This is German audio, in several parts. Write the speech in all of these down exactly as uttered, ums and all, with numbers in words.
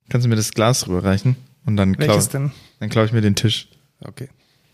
Kannst du mir das Glas rüberreichen? Und dann klau, Welches denn? Dann klaue ich mir den Tisch. Okay.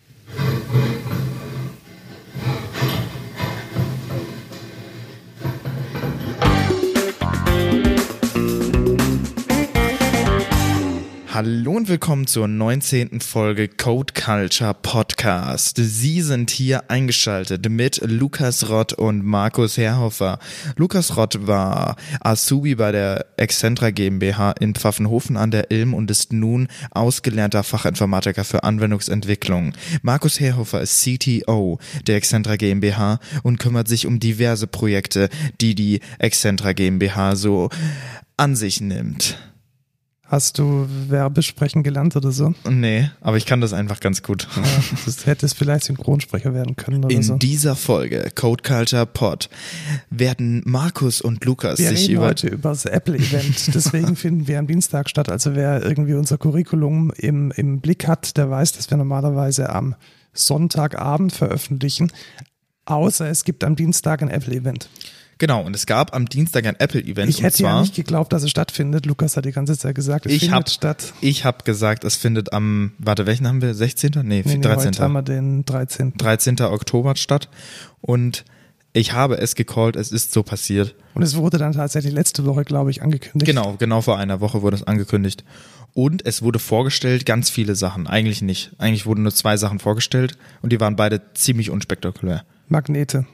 Hallo und willkommen zur neunzehnten Folge Code Culture Podcast. Sie sind hier eingeschaltet mit Lukas Rott und Markus Herrhofer. Lukas Rott war Azubi bei der Excentra GmbH in Pfaffenhofen an der Ilm und ist nun ausgelernter Fachinformatiker für Anwendungsentwicklung. Markus Herrhofer ist C T O der Excentra GmbH und kümmert sich um diverse Projekte, die die Excentra GmbH so an sich nimmt. Hast du Werbesprechen gelernt oder so? Nee, aber ich kann das einfach ganz gut. Ja, das hätte es vielleicht Synchronsprecher werden können oder In so. In dieser Folge Code Culture Pod werden Markus und Lukas wir sich reden über... heute über das Apple-Event, deswegen finden wir am Dienstag statt. Also wer irgendwie unser Curriculum im, im Blick hat, der weiß, dass wir normalerweise am Sonntagabend veröffentlichen, außer es gibt am Dienstag ein Apple-Event. Genau, und es gab am Dienstag ein Apple-Event. Ich hätte und zwar, ja nicht geglaubt, dass es stattfindet. Lukas hat die ganze Zeit gesagt, es ich findet hab, statt. Ich habe gesagt, es findet am, warte, welchen haben wir? sechzehnten? Nee, nee, nee, dreizehnten heute haben wir den dreizehnten dreizehnten Oktober statt. Und ich habe es gecallt, es ist so passiert. Und es wurde dann tatsächlich letzte Woche, glaube ich, angekündigt. Genau, genau vor einer Woche wurde es angekündigt. Und es wurde vorgestellt, ganz viele Sachen. Eigentlich nicht. Eigentlich wurden nur zwei Sachen vorgestellt und die waren beide ziemlich unspektakulär. Magnete.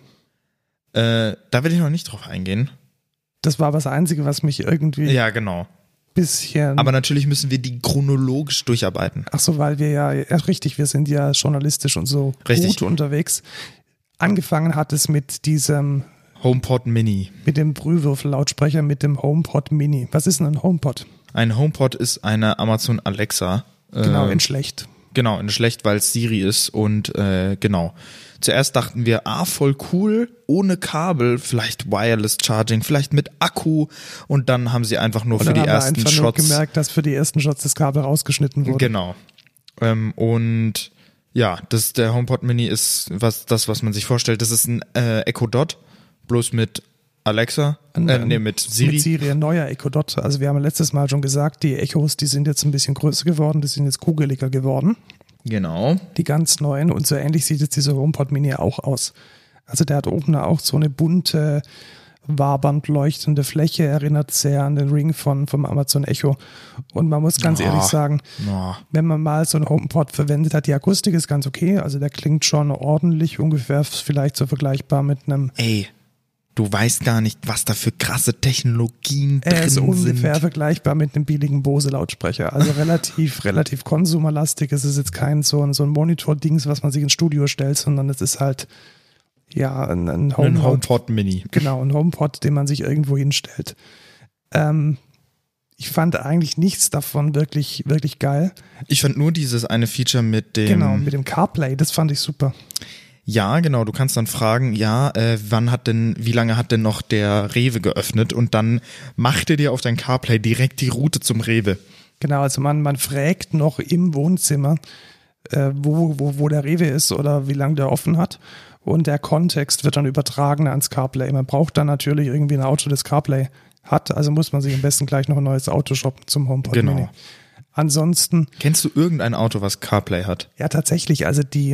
Äh, da will ich noch nicht drauf eingehen. Das war das Einzige, was mich irgendwie ja, genau. bisschen... Aber natürlich müssen wir die chronologisch durcharbeiten. Ach so, weil wir ja, ja richtig, wir sind ja journalistisch und so richtig. gut unterwegs. Angefangen hat es mit diesem... HomePod Mini. Mit dem Brühwürfel-Lautsprecher, mit dem HomePod Mini. Was ist denn ein HomePod? Ein HomePod ist eine Amazon Alexa. Genau, äh, in schlecht. Genau, in schlecht, weil es Siri ist und äh, genau. Zuerst dachten wir, ah, voll cool, ohne Kabel, vielleicht Wireless Charging, vielleicht mit Akku und dann haben sie einfach nur und für die haben ersten wir einfach Shots... nur gemerkt, dass für die ersten Shots das Kabel rausgeschnitten wurde. Genau. Ähm, und ja, das, der HomePod Mini ist was das, was man sich vorstellt. Das ist ein äh, Echo Dot, bloß mit Alexa, äh, nee, mit Siri. Mit Siri, ein neuer Echo Dot. Also wir haben letztes Mal schon gesagt, die Echos, die sind jetzt ein bisschen größer geworden, die sind jetzt kugeliger geworden. Genau. Die ganz neuen und so ähnlich sieht jetzt dieser HomePod Mini auch aus. Also der hat oben auch so eine bunte, wabernd leuchtende Fläche, erinnert sehr an den Ring von, vom Amazon Echo. Und man muss ganz oh. ehrlich sagen, oh. wenn man mal so einen HomePod verwendet hat, die Akustik ist ganz okay, also der klingt schon ordentlich, ungefähr vielleicht so vergleichbar mit einem... Ey. Du weißt gar nicht, was da für krasse Technologien drin sind. Er ist ungefähr vergleichbar mit einem billigen Bose-Lautsprecher. Also relativ, relativ konsumerlastig. Es ist jetzt kein so ein, so ein Monitor-Dings, was man sich ins Studio stellt, sondern es ist halt ja ein, ein HomePod. Ein HomePod Mini. Genau, ein HomePod, den man sich irgendwo hinstellt. Ähm, ich fand eigentlich nichts davon wirklich, wirklich geil. Ich fand nur dieses eine Feature mit dem... Genau, mit dem CarPlay, das fand ich super. Ja, genau, du kannst dann fragen, ja, äh, wann hat denn, wie lange hat denn noch der Rewe geöffnet und dann macht er dir auf dein CarPlay direkt die Route zum Rewe. Genau, also man, man fragt noch im Wohnzimmer, äh, wo, wo, wo der Rewe ist oder wie lange der offen hat und der Kontext wird dann übertragen ans CarPlay. Man braucht dann natürlich irgendwie ein Auto, das CarPlay hat, also muss man sich am besten gleich noch ein neues Auto shoppen zum HomePod Genau. Mini. Ansonsten... Kennst du irgendein Auto, was CarPlay hat? Ja, tatsächlich, also die...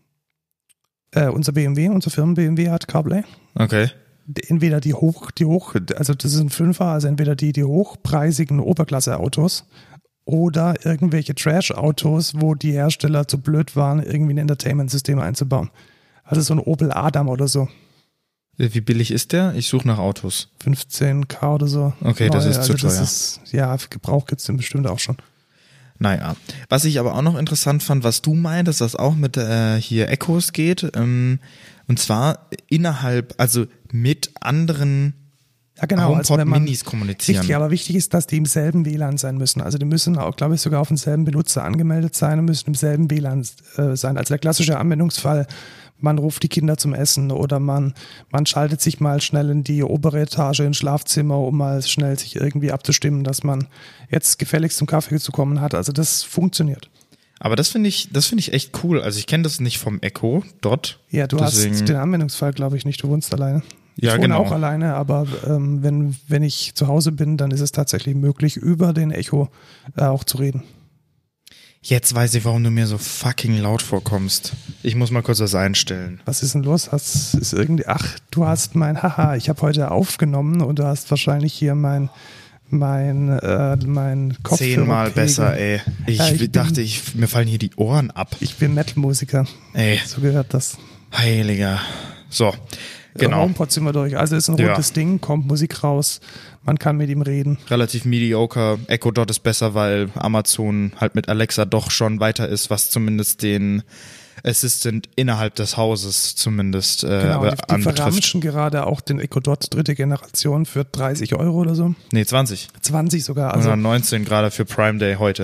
Äh, unser B M W, unser Firmen-B M W hat CarPlay. Okay. Entweder die hoch, die hoch, also das ist ein Fünfer, also entweder die, die hochpreisigen Oberklasse-Autos oder irgendwelche Trash-Autos, wo die Hersteller zu blöd waren, irgendwie ein Entertainment-System einzubauen. Also so ein Opel Adam oder so. Wie billig ist der? Ich suche nach Autos. fünfzehn K oder so. Okay, Neu. das ist also zu das teuer. Ist, ja, für Gebrauch gibt es den bestimmt auch schon. Naja, was ich aber auch noch interessant fand, was du meintest, dass auch mit äh, hier Echos geht, ähm, und zwar innerhalb, also mit anderen ja, genau, HomePod also wenn man, Minis kommunizieren. Richtig, aber wichtig ist, dass die im selben W L A N sein müssen. Also die müssen auch, glaube ich, sogar auf denselben Benutzer angemeldet sein und müssen im selben W L A N äh, sein. Also der klassische Anwendungsfall, man ruft die Kinder zum Essen oder man, man schaltet sich mal schnell in die obere Etage ins Schlafzimmer, um mal schnell sich irgendwie abzustimmen, dass man jetzt gefälligst zum Kaffee zu kommen hat. Also das funktioniert. Aber das finde ich, das finde ich echt cool. Also ich kenne das nicht vom Echo Dot. Ja, du deswegen, hast den Anwendungsfall, glaube ich, nicht. Du wohnst alleine. Ich Ja, wohne genau. auch alleine, aber ähm, wenn, wenn ich zu Hause bin, dann ist es tatsächlich möglich, über den Echo äh, auch zu reden. Jetzt weiß ich, warum du mir so fucking laut vorkommst. Ich muss mal kurz was einstellen. Was ist denn los? Hast, ist irgendwie, ach, du hast mein, haha, ich habe heute aufgenommen und du hast wahrscheinlich hier mein, mein, äh, mein Kopfhörer. Zehnmal besser, ey. Ich, Ja, ich dachte, bin- ich, mir fallen hier die Ohren ab. Ich bin Metal-Musiker. Ey, So gehört das. heiliger. So, genau. HomePod sind wir durch. Also ist ein Ja. rundes Ding, kommt Musik raus, man kann mit ihm reden. Relativ mediocre. Echo Dot ist besser, weil Amazon halt mit Alexa doch schon weiter ist, was zumindest den Assistant innerhalb des Hauses zumindest äh, Genau, aber die, die anbetrifft. verramschen gerade auch den Echo Dot dritte Generation für dreißig Euro oder so. Nee, zwanzig. zwanzig sogar. Also Oder neunzehn gerade für Prime Day heute.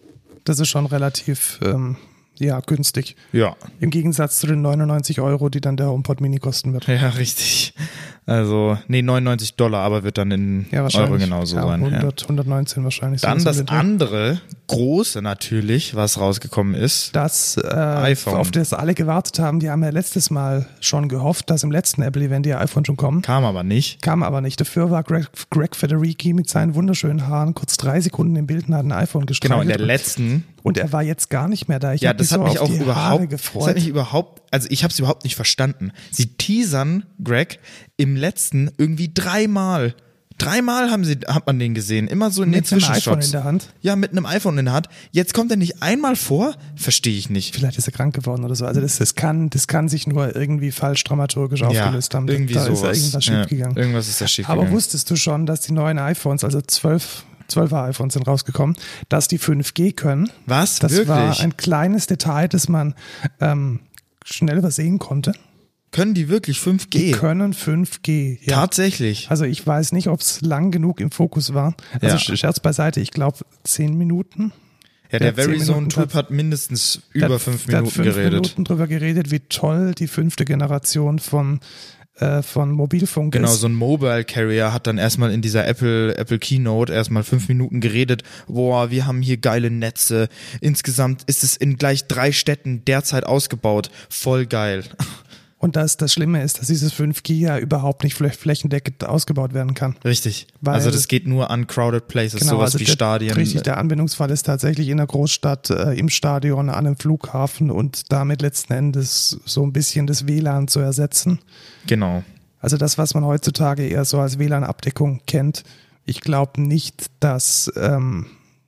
das ist schon relativ ähm, ja, günstig. Ja. Im Gegensatz zu den neunundneunzig Euro, die dann der HomePod Mini kosten wird. Ja, richtig. Also, nee, neunundneunzig Dollar, aber wird dann in Ja, wahrscheinlich. Euro genauso ja, sein. Ja. hundert, hundertneunzehn wahrscheinlich. Dann sowas das um den Dreh. andere große natürlich, was rausgekommen ist. Das, äh, iPhone. auf das alle gewartet haben, die haben ja letztes Mal schon gehofft, dass im letzten Apple-Event die iPhone schon kommen. Kam aber nicht. Kam aber nicht. Dafür war Greg, Greg Federici mit seinen wunderschönen Haaren kurz drei Sekunden im Bild und hat ein iPhone gestreichelt. Genau, in der letzten. Und er war jetzt gar nicht mehr da. Ich Ja, hab das hat so mich auf auch die Haare überhaupt, das gefreut. hat mich überhaupt, also ich habe es überhaupt nicht verstanden. Sie teasern Greg im letzten irgendwie dreimal. Dreimal haben sie, hat man den gesehen, immer so in den Mit einem iPhone Zwischenshots. in der Hand. Ja, mit einem iPhone in der Hand. Jetzt kommt er nicht einmal vor? Verstehe ich nicht. Vielleicht ist er krank geworden oder so. Also das, das, kann, das kann sich nur irgendwie falsch dramaturgisch aufgelöst haben. irgendwie da sowas. ist ja irgendwas Ja, schiefgegangen. irgendwas ist da schiefgegangen. Aber wusstest du schon, dass die neuen iPhones, also zwölf, zwölfer iPhones sind rausgekommen, dass die fünf G können? Was? Das Wirklich? war ein kleines Detail, das man ähm, schnell übersehen konnte. Können die wirklich fünf G? Die können fünf G. Ja. Tatsächlich. Also ich weiß nicht, ob es lang genug im Fokus war. Also Ja. Scherz beiseite, ich glaube zehn Minuten. Ja, der der hat zehn Verizon-Typ Minuten hat mindestens Der über hat- fünf der hat Minuten fünf geredet. Minuten drüber geredet, wie toll die fünfte Generation von, äh, von Mobilfunk Genau, ist. so ein Mobile Carrier hat dann erstmal in dieser Apple, Apple Keynote erstmal fünf Minuten geredet. Boah, wir haben hier geile Netze. Insgesamt ist es in gleich drei Städten derzeit ausgebaut. Voll geil. Und das, das Schlimme ist, dass dieses fünf G ja überhaupt nicht flä- flächendeckend ausgebaut werden kann. Richtig. Weil- also das geht nur an crowded places, sowas also wie der, Stadien. Richtig, der Anwendungsfall ist tatsächlich in der Großstadt, äh, im Stadion, an einem Flughafen und damit letzten Endes so ein bisschen das W L A N zu ersetzen. Genau. Also das, was man heutzutage eher so als W L A N-Abdeckung kennt. Ich glaube nicht, dass ähm,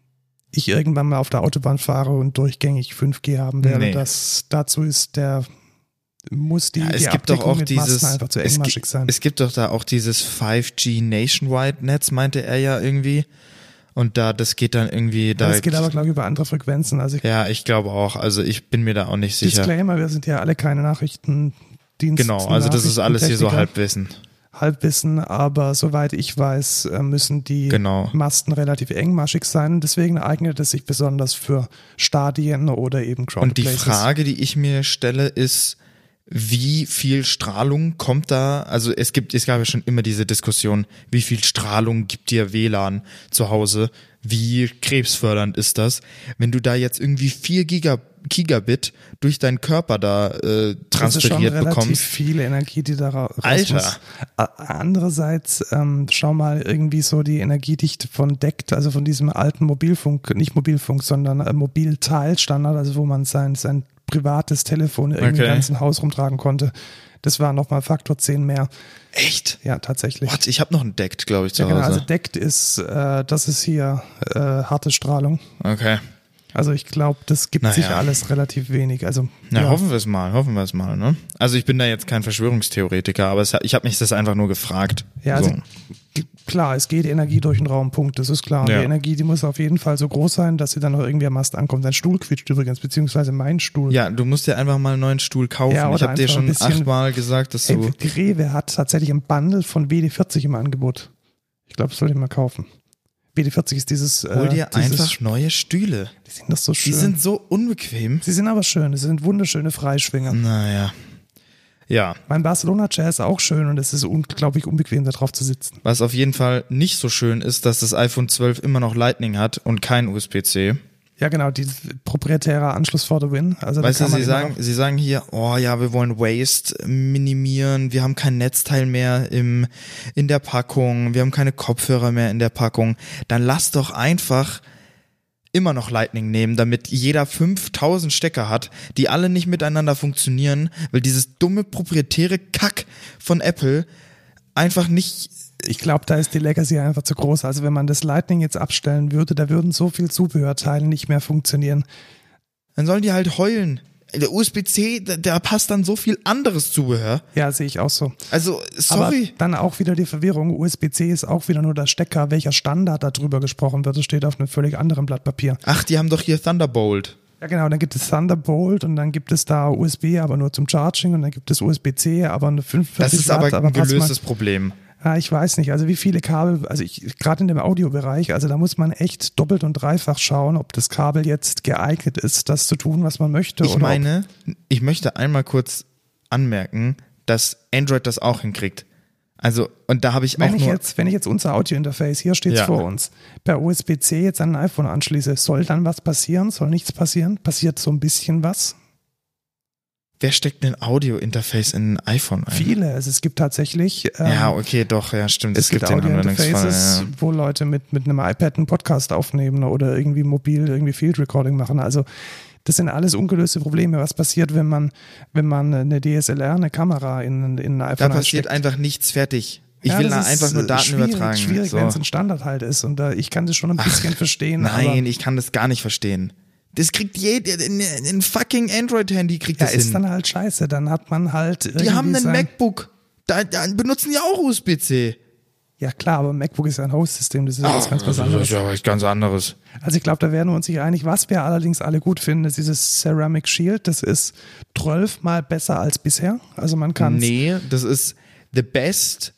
ich irgendwann mal auf der Autobahn fahre und durchgängig fünf G haben werde. Nee. Das, dazu ist der, muss die, Ja, es die gibt doch Abdeckung auch mit dieses, Masten einfach zu es, engmaschig gi- sein. es gibt doch da auch dieses fünf G Nationwide-Netz, meinte er ja irgendwie. Und da, das geht dann irgendwie, da. das geht aber, glaube ich, über andere Frequenzen. Also ich, ja, ich glaube auch. Also ich bin mir da auch nicht sicher. Disclaimer, wir sind ja alle keine Nachrichtendienst. Genau, also das ist alles hier so Nachrichtentechniker. Halbwissen. Halbwissen, aber soweit ich weiß, äh, müssen die Genau. Masten relativ engmaschig sein. Deswegen eignet es sich besonders für Stadien oder eben Crowded Und die Places. Frage, die ich mir stelle, ist, wie viel Strahlung kommt da? Also es gibt, es gab ja schon immer diese Diskussion, wie viel Strahlung gibt dir W L A N zu Hause? Wie krebsfördernd ist das? Wenn du da jetzt irgendwie vier Giga, Gigabit durch deinen Körper da äh, das ist schon transferiert relativ bekommst. viel Energie, die da ra- raus Alter. muss. A- Andererseits, ähm, schau mal irgendwie so die Energiedichte von D E C T, also von diesem alten Mobilfunk, nicht Mobilfunk, sondern äh, Mobilteilstandard, also wo man sein, sein privates Telefon irgendwie Okay. im ganzen Haus rumtragen konnte. Das war nochmal Faktor zehn mehr. Echt? Ja, tatsächlich. What? Ich habe noch einen Deckt, glaube ich, zu Ja, genau, Hause. also D E C T ist, äh, das ist hier äh, harte Strahlung. Okay. Also ich glaube, das gibt Naja. sich alles relativ wenig. Also Na, ja. hoffen wir es mal, hoffen wir es mal, ne? Also ich bin da jetzt kein Verschwörungstheoretiker, aber es, hat- ich habe mich das einfach nur gefragt. Ja, also so. g- klar, es geht Energie durch den Raum, Punkt, das ist klar. Und Ja. die Energie, die muss auf jeden Fall so groß sein, dass sie dann noch irgendwie am Mast ankommt. Dein Stuhl quietscht übrigens, beziehungsweise mein Stuhl. Ja, du musst dir einfach mal einen neuen Stuhl kaufen. Ja, oder ich habe dir einfach schon ein bisschen- achtmal gesagt, dass du... Ey, die Rewe hat tatsächlich ein Bundle von W D vierzig im Angebot. Ich glaube, das sollte ich mal kaufen. W D vierzig ist dieses... Hol dir äh, dieses, einfach neue Stühle. Die sind doch so schön. Die sind so unbequem. Sie sind aber schön, sie sind wunderschöne Freischwinger. Naja. Ja, Mein Barcelona-Chair ist auch schön und es ist unglaublich unbequem, da drauf zu sitzen. was auf jeden Fall nicht so schön ist, dass das iPhone zwölf immer noch Lightning hat und kein U S B C. Ja, genau, die proprietäre Anschluss for the win. Also weißt du, sie sagen, sie sagen hier, oh ja, wir wollen Waste minimieren, wir haben kein Netzteil mehr im, in der Packung, wir haben keine Kopfhörer mehr in der Packung. Dann lass doch einfach immer noch Lightning nehmen, damit jeder fünftausend Stecker hat, die alle nicht miteinander funktionieren, weil dieses dumme proprietäre Kack von Apple einfach nicht. Ich glaube, da ist die Legacy einfach zu groß. Also wenn man das Lightning jetzt abstellen würde, da würden so viel Zubehörteile nicht mehr funktionieren. Dann sollen die halt heulen. Der U S B C, da, da passt dann so viel anderes Zubehör. Ja, sehe ich auch so. Also, sorry. Aber dann auch wieder die Verwirrung. U S B C ist auch wieder nur der Stecker. Welcher Standard da drüber gesprochen wird, das steht auf einem völlig anderen Blatt Papier. Ach, die haben doch hier Thunderbolt. Ja genau, dann gibt es Thunderbolt und dann gibt es da U S B, aber nur zum Charging und dann gibt es U S B C, aber eine fünfundvierzig Das ist aber Watt, ein gelöstes Problem. Ja, ich weiß nicht, also wie viele Kabel, also ich gerade in dem Audiobereich, also da muss man echt doppelt und dreifach schauen, ob das Kabel jetzt geeignet ist, das zu tun, was man möchte. Ich oder meine, ich möchte einmal kurz anmerken, dass Android das auch hinkriegt. Also, und da habe ich wenn auch ich nur... Jetzt, wenn ich jetzt unser Audio-Interface, hier steht es Ja. vor uns, per U S B C jetzt an ein iPhone anschließe, soll dann was passieren? Soll nichts passieren? Passiert so ein bisschen was? Wer steckt ein Audio-Interface in ein iPhone ein? Viele. Also es gibt tatsächlich... Ähm, Ja, okay, doch, ja, stimmt. Es gibt den Anwendungsfall. Audio-Interfaces, Ja. wo Leute mit, mit einem iPad einen Podcast aufnehmen oder irgendwie mobil irgendwie Field Recording machen. Also das sind alles ungelöste Probleme. Was passiert, wenn man, wenn man eine D S L R, eine Kamera in, in ein iPhone Da passiert einsteckt? einfach nichts fertig. Ich Ja, will das da ist einfach nur Daten schwierig, übertragen. Schwierig, So. wenn es ein Standard halt ist. Und da, ich kann das schon ein bisschen verstehen. Nein, aber ich kann das gar nicht verstehen. Das kriegt jeder, ein, ein fucking Android-Handy kriegt ja, das ist hin. dann halt scheiße. Dann hat man halt irgendwie Die haben einen sein, MacBook. Da, da benutzen die auch U S B C. Ja klar, aber MacBook ist ja ein Host-System. Das ist ja was ganz was anderes. ja was ganz anderes. Also ich glaube, da werden wir uns nicht einig. Was wir allerdings alle gut finden, ist dieses Ceramic Shield. Das ist zwölfmal besser als bisher. Also man kann Nee, das ist the best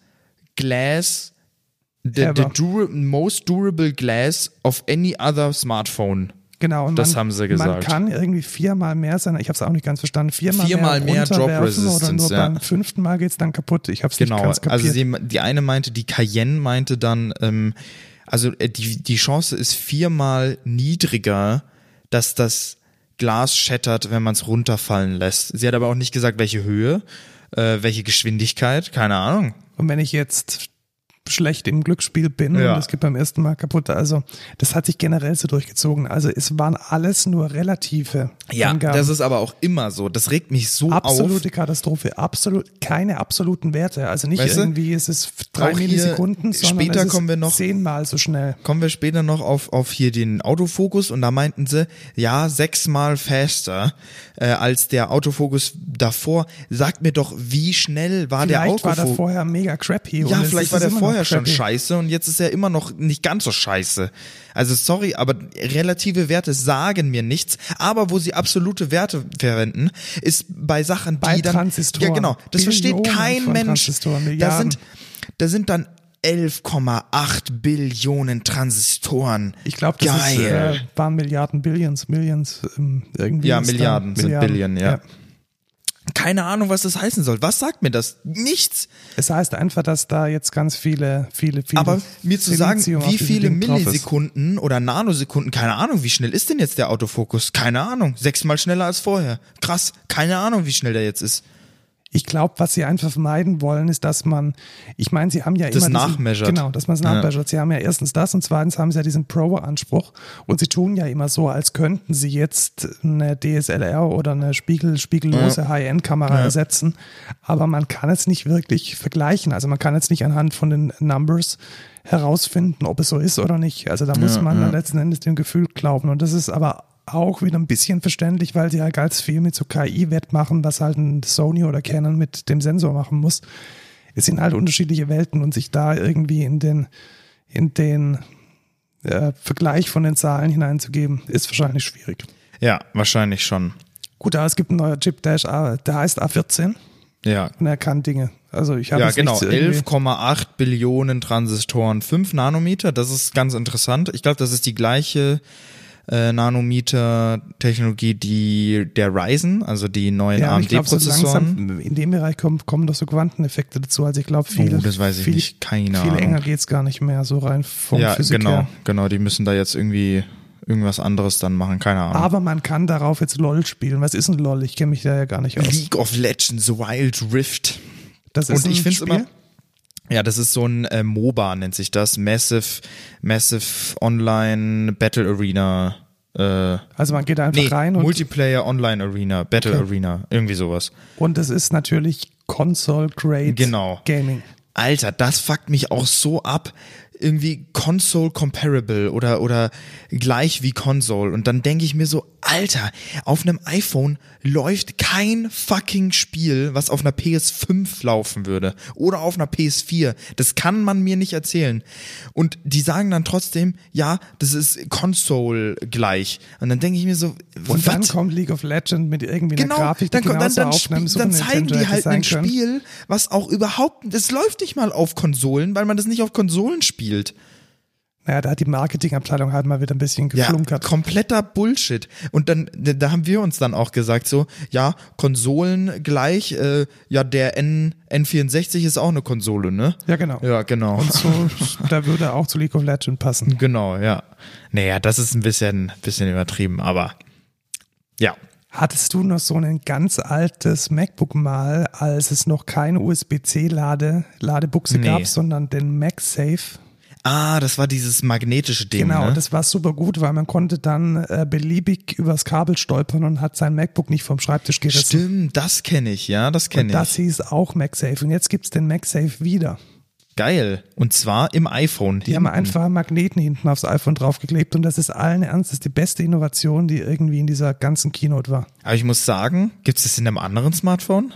glass, the, the Ever. dura- most durable glass of any other smartphone. genau. Und das man, haben sie Man gesagt. kann irgendwie viermal mehr sein. Ich habe es auch nicht ganz verstanden. Viermal, Viermal mehr mehr, Drop runterwerfen oder Resistance, nur ja. beim fünften Mal geht's dann kaputt. Ich habe es Genau, nicht ganz kapiert. also sie, die eine meinte, die Cayenne meinte dann, ähm, also äh, die, die Chance ist viermal niedriger, dass das Glas shattert, wenn man es runterfallen lässt. Sie hat aber auch nicht gesagt, welche Höhe, äh, welche Geschwindigkeit, keine Ahnung. Und wenn ich jetzt schlecht im Glücksspiel bin Ja. und es geht beim ersten Mal kaputt, also das hat sich generell so durchgezogen. Also es waren alles nur relative Angaben. Das ist aber auch immer so. Das regt mich so Absolute auf. Katastrophe, absolut keine absoluten Werte. Also nicht Weißt du, irgendwie ist es drei auch hier, Millisekunden, sondern später es ist kommen wir noch- zehnmal so schnell. Kommen wir später noch auf, auf hier den Autofokus und da meinten sie, ja, sechsmal faster äh, als der Autofokus davor. Sagt mir doch, wie schnell war der Vielleicht war Autofokus? der vorher mega crappy. Ja, und es vielleicht ist war der immer noch vorher schon crappy. scheiße und jetzt ist er immer noch nicht ganz so scheiße. Also sorry, aber relative Werte sagen mir nichts. Aber wo sie absolute Werte verwenden, ist bei Sachen, die Bei dann... Transistoren. Ja, genau. Das versteht Billionen kein von Mensch. Transistoren, Da Milliarden. sind, da sind dann elf Komma acht Billionen Transistoren. Ich glaube, das ist, Geil. äh, waren Milliarden, Billions, Millions, ähm, irgendwie. Ja, ist da- Milliarden sind Milliarden. Billion, ja. Keine Ahnung, was das heißen soll. Was sagt mir das? Nichts. Es heißt einfach, dass da jetzt ganz viele, viele, viele. Aber mir zu sagen, Silizium auf wie diesem viele Ding drauf ist. Millisekunden oder Nanosekunden, keine Ahnung, wie schnell ist denn jetzt der Autofokus? Keine Ahnung. Sechsmal schneller als vorher. Krass. Keine Ahnung, wie schnell der jetzt ist. Ich glaube, was sie einfach vermeiden wollen, ist, dass man, ich meine, sie haben ja Das immer diesen, nachmeasured. genau, dass man es Ja. nachmeasured. Sie haben ja erstens das und zweitens haben sie ja diesen Pro-Anspruch und sie tun ja immer so, als könnten sie jetzt eine D S L R oder eine Spiegel, spiegellose Ja. High-End-Kamera Ja. ersetzen, aber man kann es nicht wirklich vergleichen. Also man kann jetzt nicht anhand von den Numbers herausfinden, ob es so ist oder nicht. Also da muss Ja, man ja. dann letzten Endes dem Gefühl glauben und das ist aber auch wieder ein bisschen verständlich, weil sie halt ganz viel mit so K I-Wettmachen, was halt ein Sony oder Canon mit dem Sensor machen muss. Es sind halt unterschiedliche Welten und sich da irgendwie in den, in den äh, Vergleich von den Zahlen hineinzugeben, ist wahrscheinlich schwierig. Ja, wahrscheinlich schon. Gut, aber es gibt einen neuen Chip, der, ist A, der heißt A vierzehn Ja. und er kann Dinge. Also ich habe Ja, jetzt genau. nichts irgendwie- elf Komma acht Billionen Transistoren, fünf Nanometer, das ist ganz interessant. Ich glaube, das ist die gleiche äh, Nanometer-Technologie, die der Ryzen, also die neuen Ja, A M ich glaube, so D-Prozessoren. langsam in dem Bereich kommen, kommen doch so Quanteneffekte dazu. Also ich glaube, viel, Oh, das weiß ich viel, nicht. Keine viel Ahnung. enger geht's gar nicht mehr, so rein vom Ja, Physik genau, her. genau. Die müssen da jetzt irgendwie irgendwas anderes dann machen, keine Ahnung. Aber man kann darauf jetzt LOL spielen. Was ist ein LOL? Ich kenne mich da ja gar nicht aus. League of Legends Wild Rift. Das ist Und ich ein finde es Spiel? immer, ja, das ist so ein äh, MOBA, nennt sich das, Massive, Massive Online Battle Arena. Äh, Also man geht da einfach nee, rein und Multiplayer Online Arena, Battle Okay. Arena, irgendwie sowas. und es ist natürlich Console Grade Genau. Gaming. Alter, das fuckt mich auch so ab. Irgendwie Console Comparable oder, oder gleich wie Console. Und dann denke ich mir so, Alter, auf einem iPhone läuft kein fucking Spiel, was auf einer P S fünf laufen würde. Oder auf einer P S vier. Das kann man mir nicht erzählen. Und die sagen dann trotzdem, ja, das ist Console gleich. Und dann denke ich mir so, Und dann was? kommt League of Legends mit irgendwie Genau, einer Grafik, die dann, kommt- dann, genauso dann, auf einem spiel- Super dann zeigen Nintendo die hätte halt sein ein können. Spiel, was auch überhaupt, es läuft nicht mal auf Konsolen, weil man das nicht auf Konsolen spielt. Naja, da hat die Marketingabteilung halt mal wieder ein bisschen Ja, geflunkert. kompletter Bullshit. Und dann, da haben wir uns dann auch gesagt so, ja, Konsolen gleich, äh, ja, der N, N vierundsechzig ist auch eine Konsole, ne? Ja, genau. Ja, genau. Und so, da würde auch zu League of Legends passen. Genau, ja. Naja, das ist ein bisschen, bisschen übertrieben, aber ja. Hattest du noch so ein ganz altes MacBook mal, als es noch keine U S B C-Lade, Ladebuchse Nee. gab, sondern den MagSafe? Ah, das war dieses magnetische Ding, Genau, ne? das war super gut, weil man konnte dann äh, beliebig übers Kabel stolpern und hat sein MacBook nicht vom Schreibtisch gerissen. Stimmt, das kenne ich, ja, das Und kenne ich. das hieß auch MagSafe. Und jetzt gibt's den MagSafe wieder. Geil. Und zwar im iPhone. Die haben einfach Magneten hinten aufs iPhone draufgeklebt und das ist allen Ernstes die beste Innovation, die irgendwie in dieser ganzen Keynote war. Aber ich muss sagen, gibt es das in einem anderen Smartphone?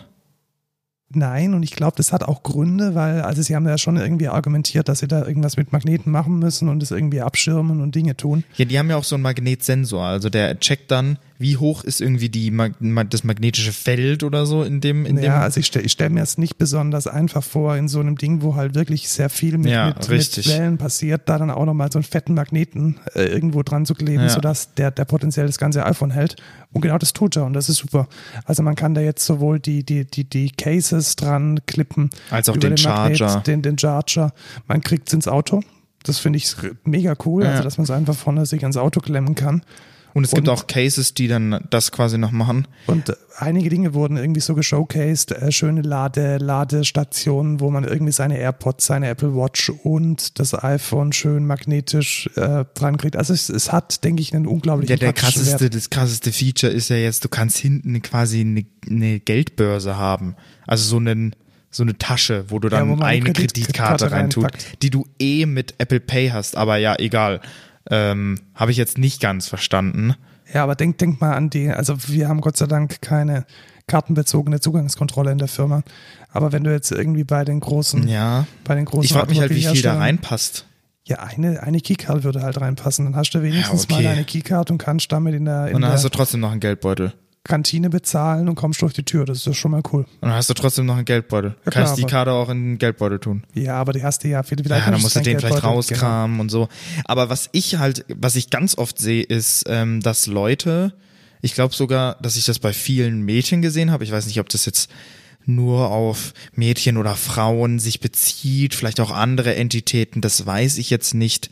Nein, und ich glaube, das hat auch Gründe, weil, also sie haben ja schon irgendwie argumentiert, dass sie da irgendwas mit Magneten machen müssen und es irgendwie abschirmen und Dinge tun. Ja, die haben ja auch so einen Magnetsensor. Also der checkt dann, wie hoch ist irgendwie die Mag das magnetische Feld oder so in dem. In ja, dem also ich stelle ich stell mir es nicht besonders einfach vor, in so einem Ding, wo halt wirklich sehr viel mit, Ja, mit, mit richtig. Wellen passiert, da dann auch nochmal so einen fetten Magneten äh, irgendwo dran zu kleben, Ja. sodass der, der potenziell das ganze iPhone hält. Und genau das tut er und das ist super. Also man kann da jetzt sowohl die, die, die, die Cases dran klippen, Als auch über den Charger. den, den Charger. Man kriegt es ins Auto. Das finde ich mega cool, Ja. also dass man es einfach vorne sich ans Auto klemmen kann. Und es gibt Und- auch Cases, die dann das quasi noch machen. Und äh, einige Dinge wurden irgendwie so geshowcased, äh, schöne Lade, Ladestationen, wo man irgendwie seine AirPods, seine Apple Watch und das iPhone schön magnetisch äh, dran kriegt. Also es, es hat, denke ich, einen unglaublichen Ja, der praktischen krasseste, Wert. das krasseste Feature ist ja jetzt, du kannst hinten quasi eine, eine Geldbörse haben. Also so einen so eine Tasche, wo du dann Ja, wo man eine eine Kredit- Kreditkarte Karte reintut, reinpackt. die du eh mit Apple Pay hast. Aber ja, egal. Ähm, habe ich jetzt nicht ganz verstanden. Ja, aber denk, denk mal an die, also wir haben Gott sei Dank keine kartenbezogene Zugangskontrolle in der Firma. Aber wenn du jetzt irgendwie bei den großen, Ja. bei den großen Ich frage mich halt, wie viel da Automobilherstellern- reinpasst. Ja, eine, eine Keycard würde halt reinpassen. Dann hast du wenigstens Ja, okay. mal eine Keycard und kannst damit in der, in Und dann der hast du trotzdem noch einen Geldbeutel. Kantine bezahlen und kommst durch die Tür. Das ist doch schon mal cool. Und dann hast du trotzdem noch einen Geldbeutel. Ja, Kannst klar, die aber- Karte auch in den Geldbeutel tun. Ja, aber die hast du ja viel, vielleicht Ja, dann hast musst du dein den vielleicht Geldbeutel. rauskramen und so. Aber was ich halt, was ich ganz oft sehe, ist, ähm, dass Leute, ich glaube sogar, dass ich das bei vielen Mädchen gesehen habe. Ich weiß nicht, ob das jetzt nur auf Mädchen oder Frauen sich bezieht, vielleicht auch andere Entitäten, das weiß ich jetzt nicht.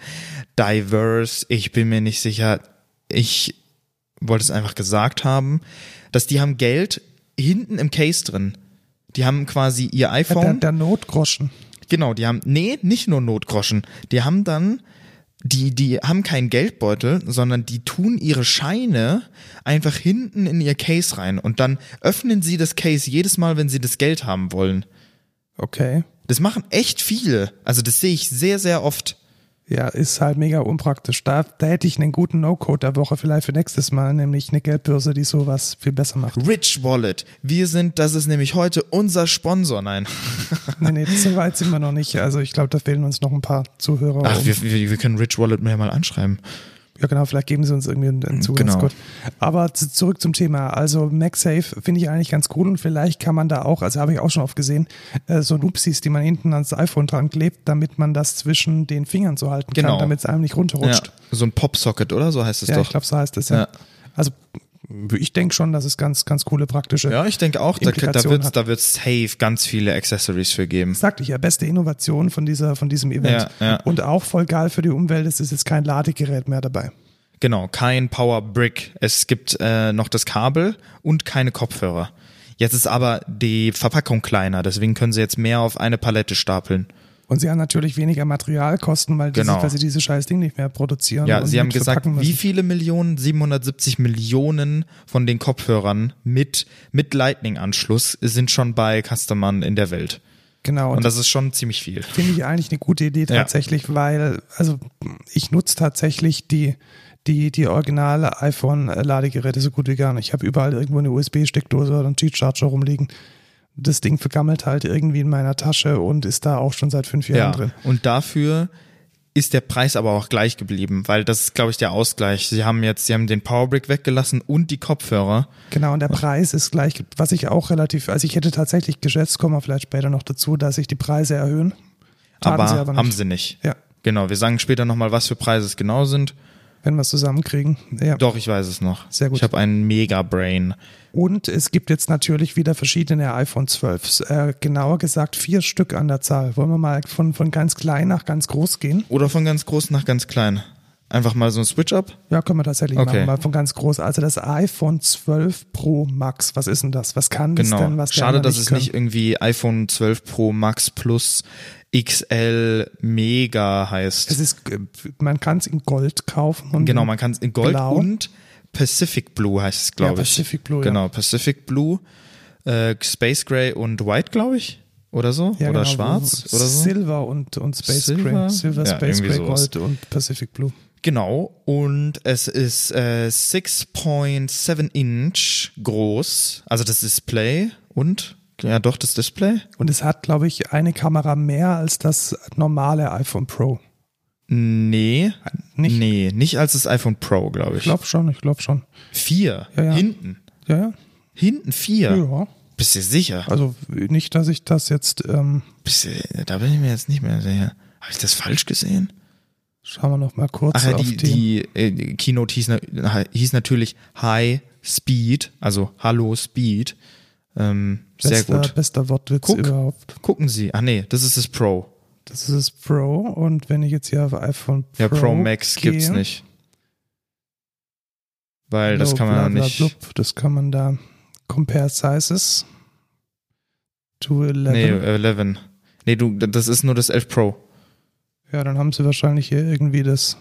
Diverse, ich bin mir nicht sicher. Ich wollte es einfach gesagt haben, dass die haben Geld hinten im Case drin. Die haben quasi ihr Genau. iPhone. Der, der Notgroschen. Genau, die haben, nee, nicht nur Notgroschen. Die haben dann, die, die haben keinen Geldbeutel, sondern die tun ihre Scheine einfach hinten in ihr Case rein und dann öffnen sie das Case jedes Mal, wenn sie das Geld haben wollen. Okay. Das machen echt viele. Also das sehe ich sehr, sehr oft. Ja, ist halt mega unpraktisch. Da, da hätte ich einen guten No-Code der Woche vielleicht für nächstes Mal, nämlich eine Geldbörse, die sowas viel besser macht. Rich Wallet. Wir sind, das ist nämlich heute unser Sponsor. Nein. Nee, nee, so weit sind wir noch nicht. Also ich glaube, da fehlen uns noch ein paar Zuhörer. Ach, um- wir, wir, wir können Rich Wallet mehr mal anschreiben. Ja, genau, vielleicht geben sie uns irgendwie einen, einen Zugangscode. Genau. Aber zu, zurück zum Thema. Also MagSafe finde ich eigentlich ganz cool und vielleicht kann man da auch, also habe ich auch schon oft gesehen, äh, so Nupsis, die man hinten ans iPhone dran klebt, damit man das zwischen den Fingern so halten Genau. kann, damit es einem nicht Ja, runterrutscht. so ein Popsocket, oder? So heißt es Ja, doch. ich glaube, so heißt es ja. Ja. Also ich denke schon, dass es ganz, ganz coole praktische. Ja, ich denke auch, da, da Implikation wird es hat. da wird's safe ganz viele Accessories für geben. Sagte ich ja, beste Innovation von dieser, von diesem Event. Ja, ja. Und auch voll geil für die Umwelt, es ist jetzt kein Ladegerät mehr dabei. Genau, kein Power Brick. Es gibt äh, noch das Kabel und keine Kopfhörer. Jetzt ist aber die Verpackung kleiner, deswegen können sie jetzt mehr auf eine Palette stapeln. Und sie haben natürlich weniger Materialkosten, weil, diese, Genau. weil sie dieses scheiß Ding nicht mehr produzieren. Ja, und sie haben mit gesagt, verpacken wie müssen. viele Millionen? siebenhundertsiebzig Millionen von den Kopfhörern mit, mit Lightning-Anschluss sind schon bei Customern in der Welt. Genau. Und das ist schon ziemlich viel. Finde ich eigentlich eine gute Idee tatsächlich, ja. weil, also ich nutze tatsächlich die, die, die originale iPhone-Ladegeräte so gut wie gar nicht. Ich habe überall irgendwo eine U S B-Steckdose oder einen G-Charger rumliegen. Das Ding vergammelt halt irgendwie in meiner Tasche und ist da auch schon seit fünf Jahren Ja, drin. und dafür ist der Preis aber auch gleich geblieben, weil das ist, glaube ich, der Ausgleich. Sie haben jetzt, sie haben den Powerbrick weggelassen und die Kopfhörer. Genau, und der Preis ist gleich, was ich auch relativ, also ich hätte tatsächlich geschätzt, kommen wir vielleicht später noch dazu, dass sich die Preise erhöhen. Taten Aber, sie aber nicht. haben sie nicht. Ja, Genau, wir sagen später nochmal, was für Preise es genau sind. wenn wir es zusammenkriegen. Ja. Doch, ich weiß es noch. Sehr gut. Ich habe einen Mega-Brain. Und es gibt jetzt natürlich wieder verschiedene iPhone zwölf. Äh, genauer gesagt vier Stück an der Zahl. Wollen wir mal von, von ganz klein nach ganz groß gehen? Oder von ganz groß nach ganz klein. Einfach mal so ein Switch-Up? Ja, können wir tatsächlich Okay. machen, mal von ganz groß. Also das iPhone zwölf Pro Max, was ist denn das? Was kann das Genau. denn, was die Schade, anderen dass nicht es können? nicht irgendwie iPhone zwölf Pro Max Plus X L Mega heißt. Es ist, äh, man kann es in Gold kaufen. Und Genau, man kann es in Gold Blau. und Pacific Blue heißt es, glaube Ja, ich. Pacific Blue, ja. Genau, Pacific Blue, äh, Space Gray und White, glaube ich. Oder so? Ja, oder genau, schwarz? wo- Oder so? Silver und, und Space Silver? Gray. Silver, Ja, Space irgendwie Gray, sowas. Gold und Pacific Blue. Genau, und es ist äh, sechs Komma sieben Inch groß, also das Display und, ja doch, das Display. Und es hat, glaube ich, eine Kamera mehr als das normale iPhone Pro. Nee, Nicht? nee, nicht als das iPhone Pro, glaube Ich ich. glaube schon, ich glaube schon. Vier, Ja, ja. hinten, Ja, ja. hinten vier. Ja. Bist du sicher? Also nicht, dass ich das jetzt, ähm, Bist du, da bin ich mir jetzt nicht mehr sicher. Habe ich das falsch gesehen? schauen wir noch mal kurz Ach ja, auf die, die. die äh, Keynote hieß, na- hieß natürlich High Speed, also Hallo Speed. Ähm, sehr bester, gut. Bester Wortwitz Guck. überhaupt. Gucken Sie. Ach nee, das ist das Pro. Das ist das Pro und wenn ich jetzt hier auf iPhone Pro Ja, Pro Max gehe, gibt's nicht. Weil das blub, kann man bla, ja bla, nicht. blub, das kann man da compare sizes to eleven. Nee, elf. Nee, du, das ist nur das elf Pro. Ja, dann haben sie wahrscheinlich hier irgendwie das,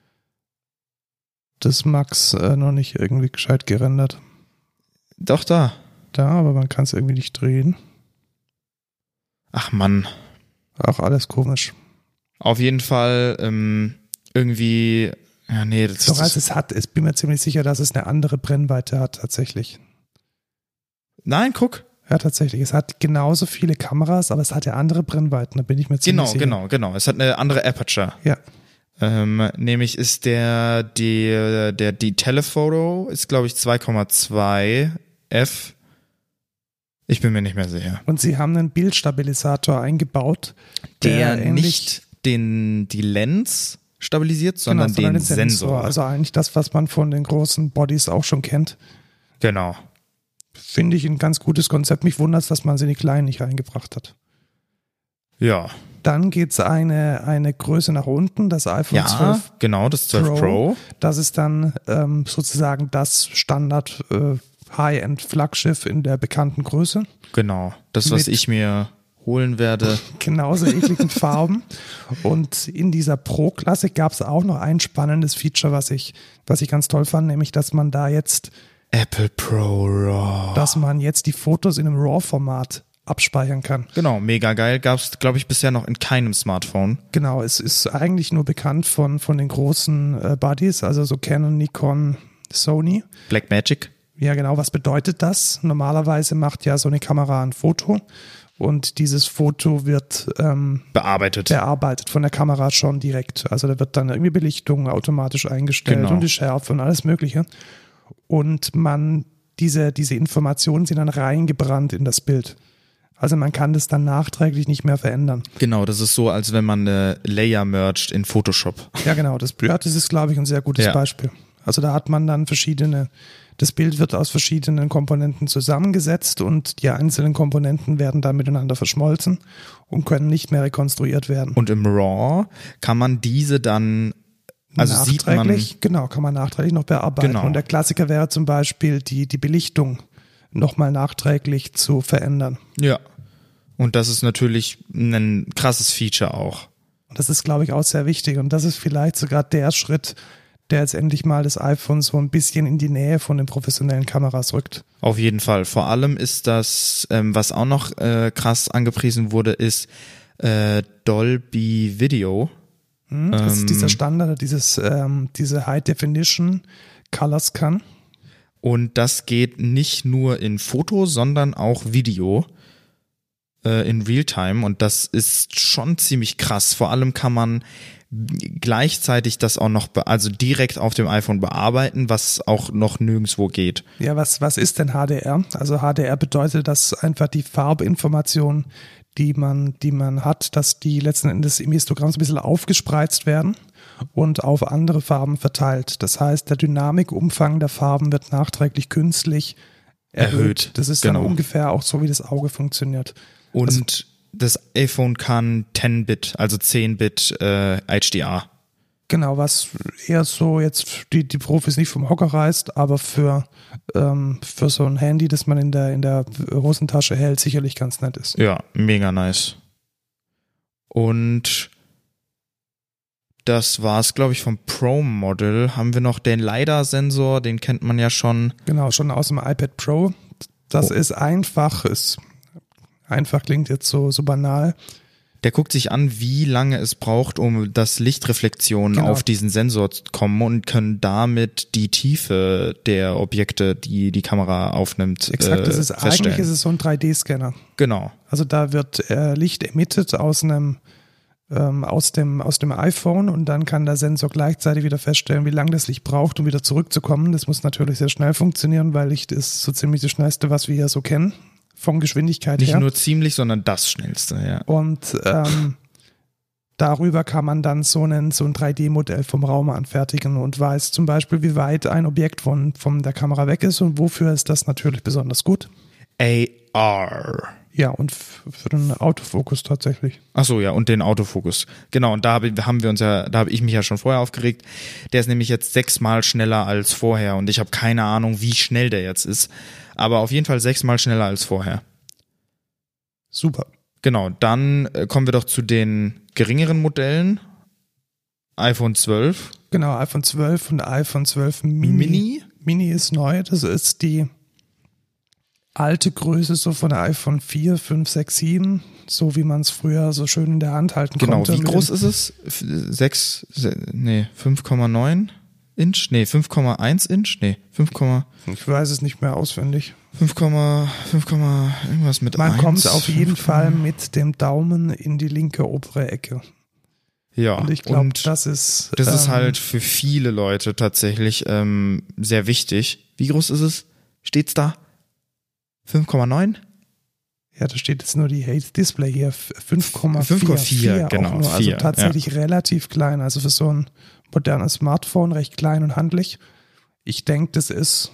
das Max äh, noch nicht irgendwie gescheit gerendert. Doch, da. Da, aber man kann es irgendwie nicht drehen. Ach Mann. Auch alles komisch. Auf jeden Fall ähm, irgendwie. Ja, nee, das Doch, ist. als es hat, ich bin mir ziemlich sicher, dass es eine andere Brennweite hat, tatsächlich. Nein, guck. Ja, tatsächlich. Es hat genauso viele Kameras, aber es hat ja andere Brennweiten, da bin ich mir ziemlich Genau, sicher. genau, genau. Es hat eine andere Aperture. Ja. Ähm, nämlich ist der, die, der, die Telephoto ist, glaube ich, zwei Komma zwei F. Ich bin mir nicht mehr sicher. Und sie haben einen Bildstabilisator eingebaut, Der, der ähnlich- nicht den, die Lens stabilisiert, sondern genau, sondern den Sensor. Also eigentlich das, was man von den großen Bodies auch schon kennt. Genau. Finde ich ein ganz gutes Konzept. Mich wundert es, dass man sie in die kleinen nicht reingebracht hat. Ja. Dann geht es eine, eine Größe nach unten, das iPhone Ja, zwölf. genau, das zwölf Pro. Pro. Das ist dann ähm, sozusagen das Standard äh, High-End-Flaggschiff in der bekannten Größe. Genau. Das, was Mit- ich mir holen werde. Genauso ekligen Farben. Und in dieser Pro-Klasse gab es auch noch ein spannendes Feature, was ich, was ich ganz toll fand, nämlich, dass man da jetzt, Apple Pro RAW. dass man jetzt die Fotos in einem RAW-Format abspeichern kann. Genau, mega geil. Gab es, glaube ich, bisher noch in keinem Smartphone. Genau, es ist eigentlich nur bekannt von, von den großen äh, Buddies, also so Canon, Nikon, Sony. Blackmagic. Ja, genau, was bedeutet das? Normalerweise macht ja so eine Kamera ein Foto und dieses Foto wird ähm, Bearbeitet. bearbeitet von der Kamera schon direkt. Also da wird dann irgendwie Belichtung automatisch eingestellt Genau. und die Schärfe und alles Mögliche. Und man, diese, diese Informationen sind dann reingebrannt in das Bild. Also man kann das dann nachträglich nicht mehr verändern. Genau, das ist so, als wenn man eine Layer merged in Photoshop. Ja, genau. Das, ja, das ist, glaube ich, ein sehr gutes Ja. Beispiel. Also da hat man dann verschiedene, das Bild wird aus verschiedenen Komponenten zusammengesetzt und die einzelnen Komponenten werden dann miteinander verschmolzen und können nicht mehr rekonstruiert werden. Und im RAW kann man diese dann Also sieht man, nachträglich, genau, kann man nachträglich noch bearbeiten. Genau. Und der Klassiker wäre zum Beispiel die, die Belichtung nochmal nachträglich zu verändern. ja. Und das ist natürlich ein krasses Feature auch. Und das ist, glaube ich, auch sehr wichtig. Und das ist vielleicht sogar der Schritt, der jetzt endlich mal das iPhone so ein bisschen in die Nähe von den professionellen Kameras rückt. Auf jeden Fall. Vor allem ist das, ähm, was auch noch äh, krass angepriesen wurde, ist äh, Dolby Video. Hm, das ähm, ist dieser Standard, dieses, ähm, diese High Definition Color Scan. Und das geht nicht nur in Foto, sondern auch Video äh, in Realtime. Und das ist schon ziemlich krass. Vor allem kann man gleichzeitig das auch noch, be- also direkt auf dem iPhone bearbeiten, was auch noch nirgendwo geht. Ja, was, was ist denn H D R? Also H D R bedeutet, dass einfach die Farbinformationen, die man, die man hat, dass die letzten Endes im Histogramm so ein bisschen aufgespreizt werden und auf andere Farben verteilt. Das heißt, der Dynamikumfang der Farben wird nachträglich künstlich erhöht. Erhöht, Das ist genau. dann ungefähr auch so, wie das Auge funktioniert. Und Also, das iPhone kann zehn Bit, also zehn Bit äh, H D R. genau, was eher so jetzt die, die Profis nicht vom Hocker reißt, aber für, ähm, für so ein Handy, das man in der, in der Hosentasche hält, sicherlich ganz nett ist. Ja, mega nice. Und das war's, glaube ich, vom Pro-Model. Haben wir noch den LiDAR-Sensor, den kennt man ja schon. Genau, schon aus dem iPad Pro. Das Oh. ist einfach, ist einfach klingt jetzt so, so banal. Der guckt sich an, wie lange es braucht, um das Lichtreflektionen Genau. auf diesen Sensor zu kommen und können damit die Tiefe der Objekte, die die Kamera aufnimmt, Exakt, äh, das ist feststellen. eigentlich ist es so ein drei D-Scanner. Genau. Also da wird äh, Licht emittet aus einem ähm, aus dem aus dem iPhone und dann kann der Sensor gleichzeitig wieder feststellen, wie lange das Licht braucht, um wieder zurückzukommen. Das muss natürlich sehr schnell funktionieren, weil Licht ist so ziemlich das Schnellste, was wir hier so kennen, von Geschwindigkeit Nicht her. nur ziemlich, sondern das Schnellste, ja. Und ähm, darüber kann man dann so ein, so ein drei D-Modell vom Raum anfertigen und weiß zum Beispiel, wie weit ein Objekt von, von der Kamera weg ist und wofür ist das natürlich besonders gut. A R. Ja, und f- für den Autofokus tatsächlich. Ach so, ja, und den Autofokus. Genau, und da hab, haben wir uns ja, da habe ich mich ja schon vorher aufgeregt. Der ist nämlich jetzt sechsmal schneller als vorher und ich habe keine Ahnung, wie schnell der jetzt ist. Aber auf jeden Fall sechsmal schneller als vorher. Super. Genau, dann äh, kommen wir doch zu den geringeren Modellen. iPhone zwölf. Genau, iPhone zwölf und iPhone zwölf Mini. Mini? Mini ist neu, das ist die alte Größe so von der iPhone vier, fünf, sechs, sieben, so wie man es früher so schön in der Hand halten Genau, konnte. wie mit groß dem- ist es? F- Sechs, se- nee, fünf Komma neun Inch? Nee, fünf Komma eins Inch? Nee, fünf, Ich weiß es nicht mehr auswendig. fünf, fünf, irgendwas mit Man eins. kommt auf jeden fünf, Fall mit dem Daumen in die linke obere Ecke. Ja, Und ich glaube, und das ist. das ist ähm, halt für viele Leute tatsächlich ähm, sehr wichtig. Wie groß ist es? Steht's da? fünf Komma neun? Ja, da steht jetzt nur die Hate Display hier. fünf Komma vier. fünf Komma vier, genau, Nur, also vier, tatsächlich relativ klein. Also für so ein modernes Smartphone recht klein und handlich. Ich denke, das ist.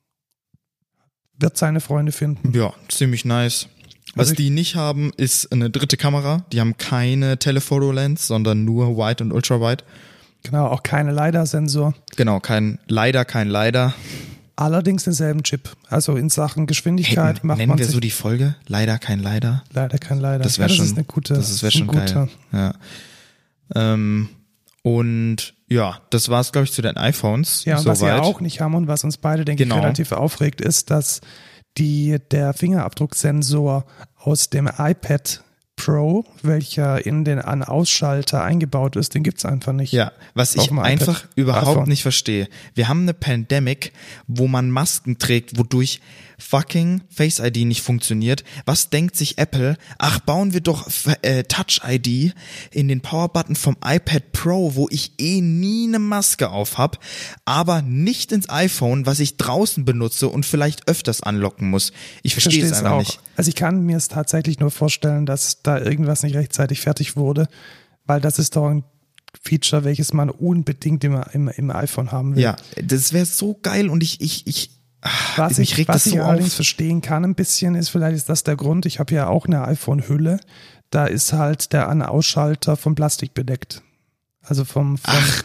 Wird seine Freunde finden. Ja, ziemlich nice. Was Also ich- die nicht haben, ist eine dritte Kamera. Die haben keine Telephoto-Lens, sondern nur Wide und Ultrawide. Genau, auch keine LiDAR-Sensor. Genau, kein leider, kein leider. Allerdings denselben Chip. Also in Sachen Geschwindigkeit Hey, macht nennen man wir sich so die Folge? Leider, kein leider. leider kein LiDAR. Das wäre ja, schon, ist eine gute, das wäre ein schon guter. geil. Ja. Ähm, und ja, das war's, glaube ich, zu den iPhones. Ja, und was soweit. wir auch nicht haben und was uns beide, denke Genau. ich, relativ aufregt, ist, dass die, der Fingerabdrucksensor aus dem iPad Pro, welcher in den An-Ausschalter eingebaut ist, den gibt's einfach nicht. Ja, was Auf ich dem iPad. einfach überhaupt iPhone. nicht verstehe. Wir haben eine Pandemic, wo man Masken trägt, wodurch fucking Face I D nicht funktioniert. Was denkt sich Apple? Ach, bauen wir doch äh, Touch I D in den Powerbutton vom iPad Pro, wo ich eh nie eine Maske auf hab, aber nicht ins iPhone, was ich draußen benutze und vielleicht öfters anlocken muss. Ich verstehe es Versteh's einfach auch. nicht. Also ich kann mir es tatsächlich nur vorstellen, dass da irgendwas nicht rechtzeitig fertig wurde, weil das ist doch ein Feature, welches man unbedingt immer im, im iPhone haben will. Ja, das wäre so geil und ich, ich, ich, Was mich ich, regt was das ich so allerdings auf. verstehen kann ein bisschen, ist vielleicht ist das der Grund, ich habe ja auch eine iPhone-Hülle, da ist halt der An-Ausschalter vom Plastik bedeckt. Also vom, vom Ach,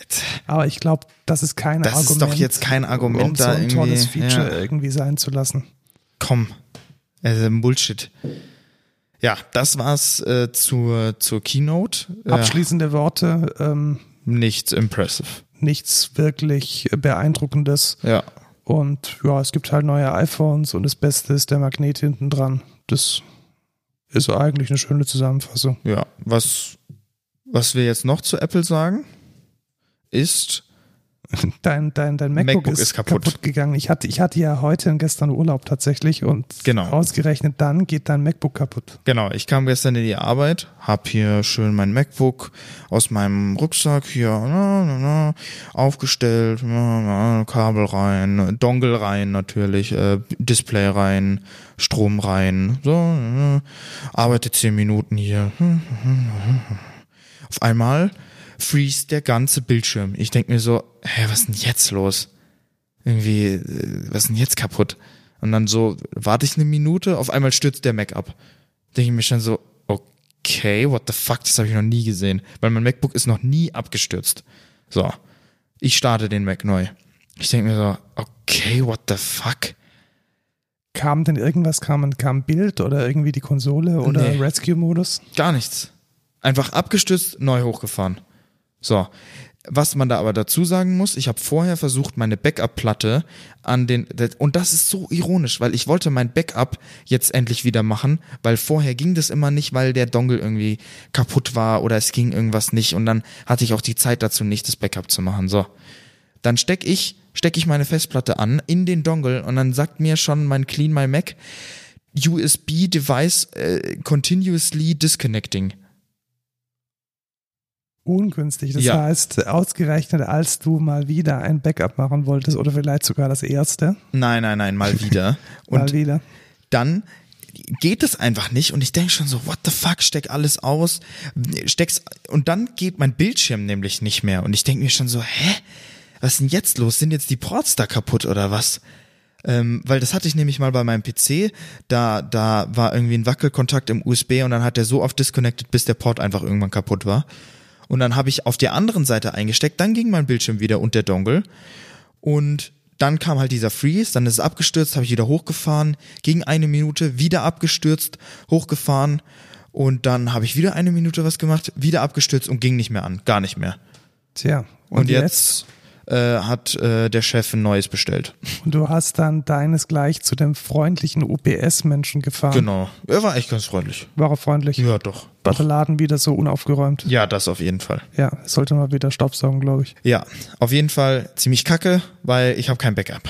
Aber ich glaube, das ist kein das Argument. ist doch jetzt kein Argument, um so da ein irgendwie. tolles Feature Ja. irgendwie sein zu lassen. Komm, also Bullshit. Ja, das war's äh, zur, zur Keynote. Äh, Abschließende Worte, ähm, nichts impressive. nichts wirklich Beeindruckendes. Ja. Und ja, es gibt halt neue iPhones und das Beste ist der Magnet hinten dran. Das ist eigentlich eine schöne Zusammenfassung. Ja, was, was wir jetzt noch zu Apple sagen, ist, Dein, dein, dein MacBook, MacBook ist, ist kaputt. kaputt. gegangen. Ich hatte, ich hatte ja heute und gestern Urlaub tatsächlich und Genau. ausgerechnet dann geht dein MacBook kaputt. genau, ich kam gestern in die Arbeit, hab hier schön mein MacBook aus meinem Rucksack hier na, na, na, aufgestellt, na, na, Kabel rein, Dongle rein natürlich, äh, Display rein, Strom rein, so, na, arbeite zehn Minuten hier. Auf einmal freeze der ganze Bildschirm. Ich denke mir so, hä, was ist denn jetzt los? Irgendwie, äh, was ist denn jetzt kaputt? Und dann so, warte ich eine Minute, auf einmal stürzt der Mac ab. Denke ich mir schon so, okay, what the fuck, das habe ich noch nie gesehen. Weil mein MacBook ist noch nie abgestürzt. So, ich starte den Mac neu. Ich denke mir so, okay, what the fuck? Kam denn irgendwas, kam ein, kam ein Bild oder irgendwie die Konsole oder Nee. Rescue-Modus? Gar nichts. Einfach abgestürzt, neu hochgefahren. So, was man da aber dazu sagen muss, ich habe vorher versucht, meine Backup-Platte an den, und das ist so ironisch, weil ich wollte mein Backup jetzt endlich wieder machen, weil vorher ging das immer nicht, weil der Dongle irgendwie kaputt war oder es ging irgendwas nicht und dann hatte ich auch die Zeit dazu nicht, das Backup zu machen. So, dann steck ich, steck ich meine Festplatte an in den Dongle und dann sagt mir schon mein Clean My Mac, U S B Device äh, continuously disconnecting. Ungünstig. Das Ja. heißt, ausgerechnet, als du mal wieder ein Backup machen wolltest oder vielleicht sogar das erste, Nein, nein, nein, mal wieder. mal Und wieder. dann geht es einfach nicht und ich denke schon so, what the fuck, steck alles aus, steck's und dann geht mein Bildschirm nämlich nicht mehr und ich denke mir schon so, hä, was ist denn jetzt los? Sind jetzt die Ports da kaputt oder was? Ähm, weil das hatte ich nämlich mal bei meinem P C, da da war irgendwie ein Wackelkontakt im U S B und dann hat der so oft disconnected, bis der Port einfach irgendwann kaputt war. Und dann habe ich auf der anderen Seite eingesteckt, dann ging mein Bildschirm wieder und der Dongle und dann kam halt dieser Freeze, dann ist es abgestürzt, habe ich wieder hochgefahren, ging eine Minute, wieder abgestürzt, hochgefahren und dann habe ich wieder eine Minute was gemacht, wieder abgestürzt und ging nicht mehr an, gar nicht mehr. Tja. Und, jetzt, äh, hat äh, der Chef ein neues bestellt. Und du hast dann deines gleich zu dem freundlichen U P S-Menschen gefahren. Genau, er war echt ganz freundlich. War er freundlich? Ja, doch. War der Laden wieder so unaufgeräumt? Ja, das auf jeden Fall. Ja, sollte mal wieder staubsaugen, glaube ich. Ja, auf jeden Fall ziemlich kacke, weil ich habe kein Backup.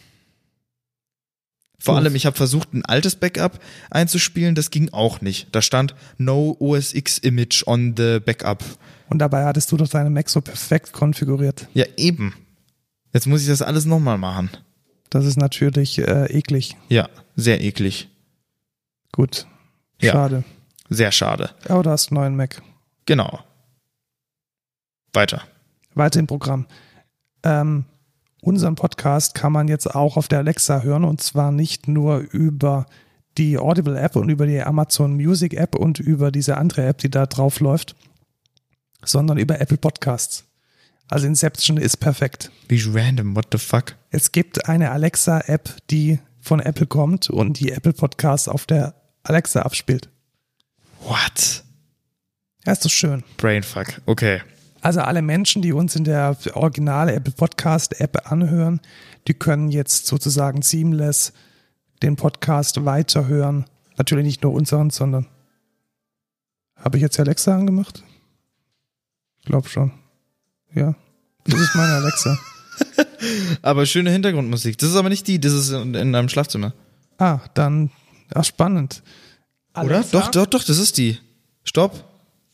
Vor Uff. allem, ich habe versucht, ein altes Backup einzuspielen, das ging auch nicht. Da stand No O S X Image on the Backup. Und dabei hattest du doch deine Mac so perfekt konfiguriert. Ja, eben. Jetzt muss ich das alles nochmal machen. Das ist natürlich äh, eklig. Ja, sehr eklig. Gut. Ja. Schade. Sehr schade. Aber du hast einen neuen Mac. Genau. Weiter. Weiter im Programm. Ähm, unseren Podcast kann man jetzt auch auf der Alexa hören und zwar nicht nur über die Audible-App und über die Amazon Music-App und über diese andere App, die da drauf läuft, sondern über Apple Podcasts. Also Inception ist perfekt. Wie random, what the fuck? Es gibt eine Alexa-App, die von Apple kommt und die Apple Podcasts auf der Alexa abspielt. What? Ja, ist doch schön. Brainfuck, okay. Also alle Menschen, die uns in der originale Apple Podcast App anhören, die können jetzt sozusagen seamless den Podcast weiterhören. Natürlich nicht nur unseren, sondern habe ich jetzt Alexa angemacht? Ich glaube schon. Ja, das ist meine Alexa. Aber schöne Hintergrundmusik. Das ist aber nicht die, das ist in, in einem Schlafzimmer. Ah, dann, ach spannend. Oder? Alexa? Doch, doch, doch, das ist die. Stopp.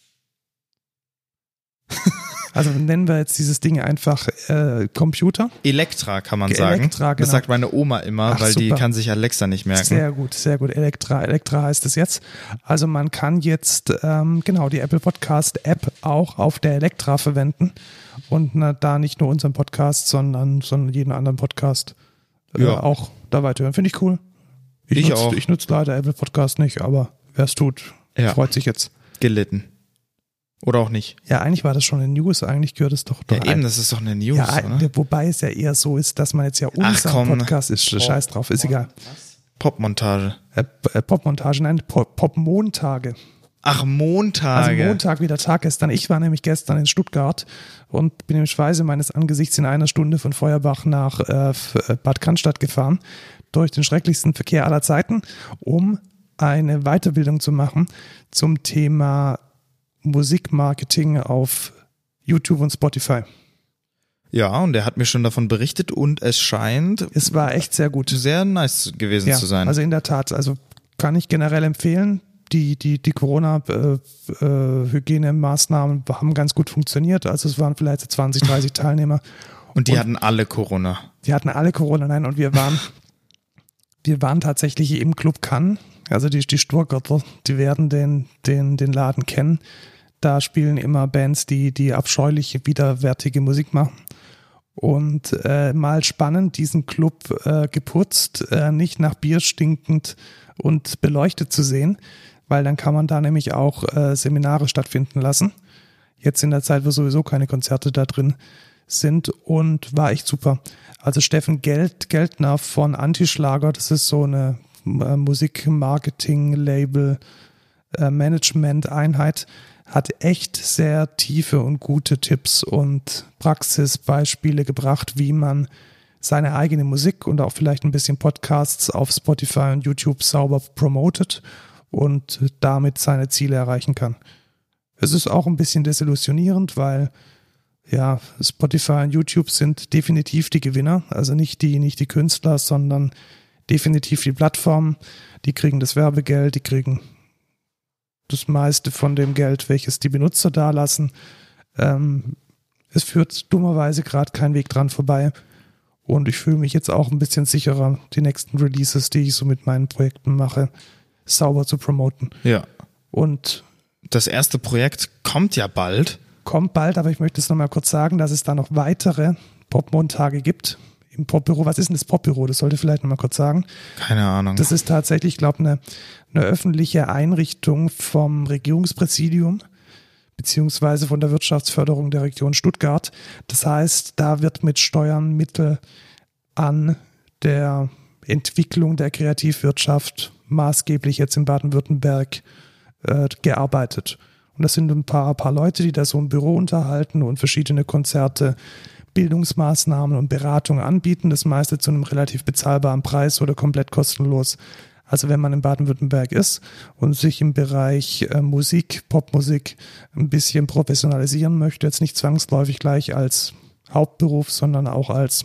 Also nennen wir jetzt dieses Ding einfach äh, Computer. Elektra kann man sagen. Elektra, genau. Das sagt meine Oma immer, Ach, weil die super. kann sich Alexa nicht merken. Sehr gut, sehr gut. Elektra, Elektra heißt es jetzt. Also man kann jetzt ähm, genau die Apple Podcast App auch auf der Elektra verwenden und na, da nicht nur unseren Podcast, sondern, sondern jeden anderen Podcast äh, Ja. auch da weiterhören. Finde ich cool. Ich, Ich nutz, auch. Ich nutze leider Apple Podcast nicht, aber wer es tut, Ja. freut sich jetzt. Gelitten. Oder auch nicht? Ja, eigentlich war das schon eine News, eigentlich gehört es doch. Ja, eben, das ist doch eine News, ja, oder? Wobei es ja eher so ist, dass man jetzt ja unser Podcast ist, Pop, scheiß drauf, ist egal. Was? Popmontage. Äh, Popmontage, nein, Pop, Popmontage. Ach, Montage. Also Montag wie der Tag gestern. Ich war nämlich gestern in Stuttgart und bin im Schweiße meines Angesichts in einer Stunde von Feuerbach nach äh, Bad Cannstatt gefahren, durch den schrecklichsten Verkehr aller Zeiten, um eine Weiterbildung zu machen zum Thema Musikmarketing auf YouTube und Spotify. Ja, und er hat mir schon davon berichtet und es scheint... Es war echt sehr gut. Sehr nice gewesen ja, zu sein. Also in der Tat, also kann ich generell empfehlen. Die, die, die Corona-Hygienemaßnahmen äh, äh, haben ganz gut funktioniert. Also es waren vielleicht zwanzig, dreißig Teilnehmer. Und die und hatten alle Corona. Die hatten alle Corona, nein. Und wir waren, wir waren tatsächlich im Club Cannes. Also die, die Sturgötter, die werden den, den, den Laden kennen. Da spielen immer Bands, die, die abscheuliche, widerwärtige Musik machen. Und äh, mal spannend, diesen Club äh, geputzt, äh, nicht nach Bier stinkend und beleuchtet zu sehen, weil dann kann man da nämlich auch äh, Seminare stattfinden lassen. Jetzt in der Zeit, wo sowieso keine Konzerte da drin sind, und war echt super. Also Steffen Geld, Geldner von Antischlager, das ist so eine äh, Musikmarketing-Label äh, Management-Einheit, hat echt sehr tiefe und gute Tipps und Praxisbeispiele gebracht, wie man seine eigene Musik und auch vielleicht ein bisschen Podcasts auf Spotify und YouTube sauber promotet und damit seine Ziele erreichen kann. Es ist auch ein bisschen desillusionierend, weil ja, Spotify und YouTube sind definitiv die Gewinner, also nicht die, nicht die Künstler, sondern definitiv die Plattformen. Die kriegen das Werbegeld, die kriegen das meiste von dem Geld, welches die Benutzer dalassen. Ähm, es führt dummerweise gerade kein Weg dran vorbei. Und ich fühle mich jetzt auch ein bisschen sicherer, die nächsten Releases, die ich so mit meinen Projekten mache, sauber zu promoten. Ja. Und das erste Projekt kommt ja bald. Kommt bald, aber ich möchte es nochmal kurz sagen, dass es da noch weitere Popmontage gibt im Popbüro. Was ist denn das Popbüro? Das sollte ich vielleicht nochmal kurz sagen. Keine Ahnung. Das ist tatsächlich, ich glaube, eine, eine öffentliche Einrichtung vom Regierungspräsidium beziehungsweise von der Wirtschaftsförderung der Region Stuttgart. Das heißt, da wird mit Steuern Mittel an der Entwicklung der Kreativwirtschaft maßgeblich jetzt in Baden-Württemberg äh, gearbeitet. Und das sind ein paar, paar Leute, die da so ein Büro unterhalten und verschiedene Konzerte, Bildungsmaßnahmen und Beratungen anbieten. Das meiste zu einem relativ bezahlbaren Preis oder komplett kostenlos. Also wenn man in Baden-Württemberg ist und sich im Bereich äh, Musik, Popmusik ein bisschen professionalisieren möchte, jetzt nicht zwangsläufig gleich als Hauptberuf, sondern auch als,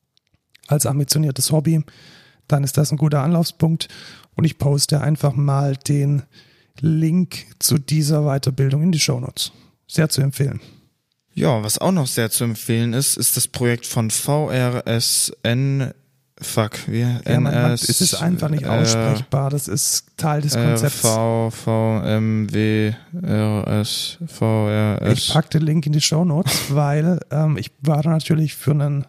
als ambitioniertes Hobby, dann ist das ein guter Anlaufspunkt. Und ich poste einfach mal den Link zu dieser Weiterbildung in die Shownotes. Sehr zu empfehlen. Ja, was auch noch sehr zu empfehlen ist, ist das Projekt von V R S N. Fuck, wie? Ja, N man, man, S, es ist einfach nicht aussprechbar. Das ist Teil des Konzepts. V, V, M, W, R, S, V, R, S. Ich pack den Link in die Shownotes, weil ähm, ich war da natürlich für einen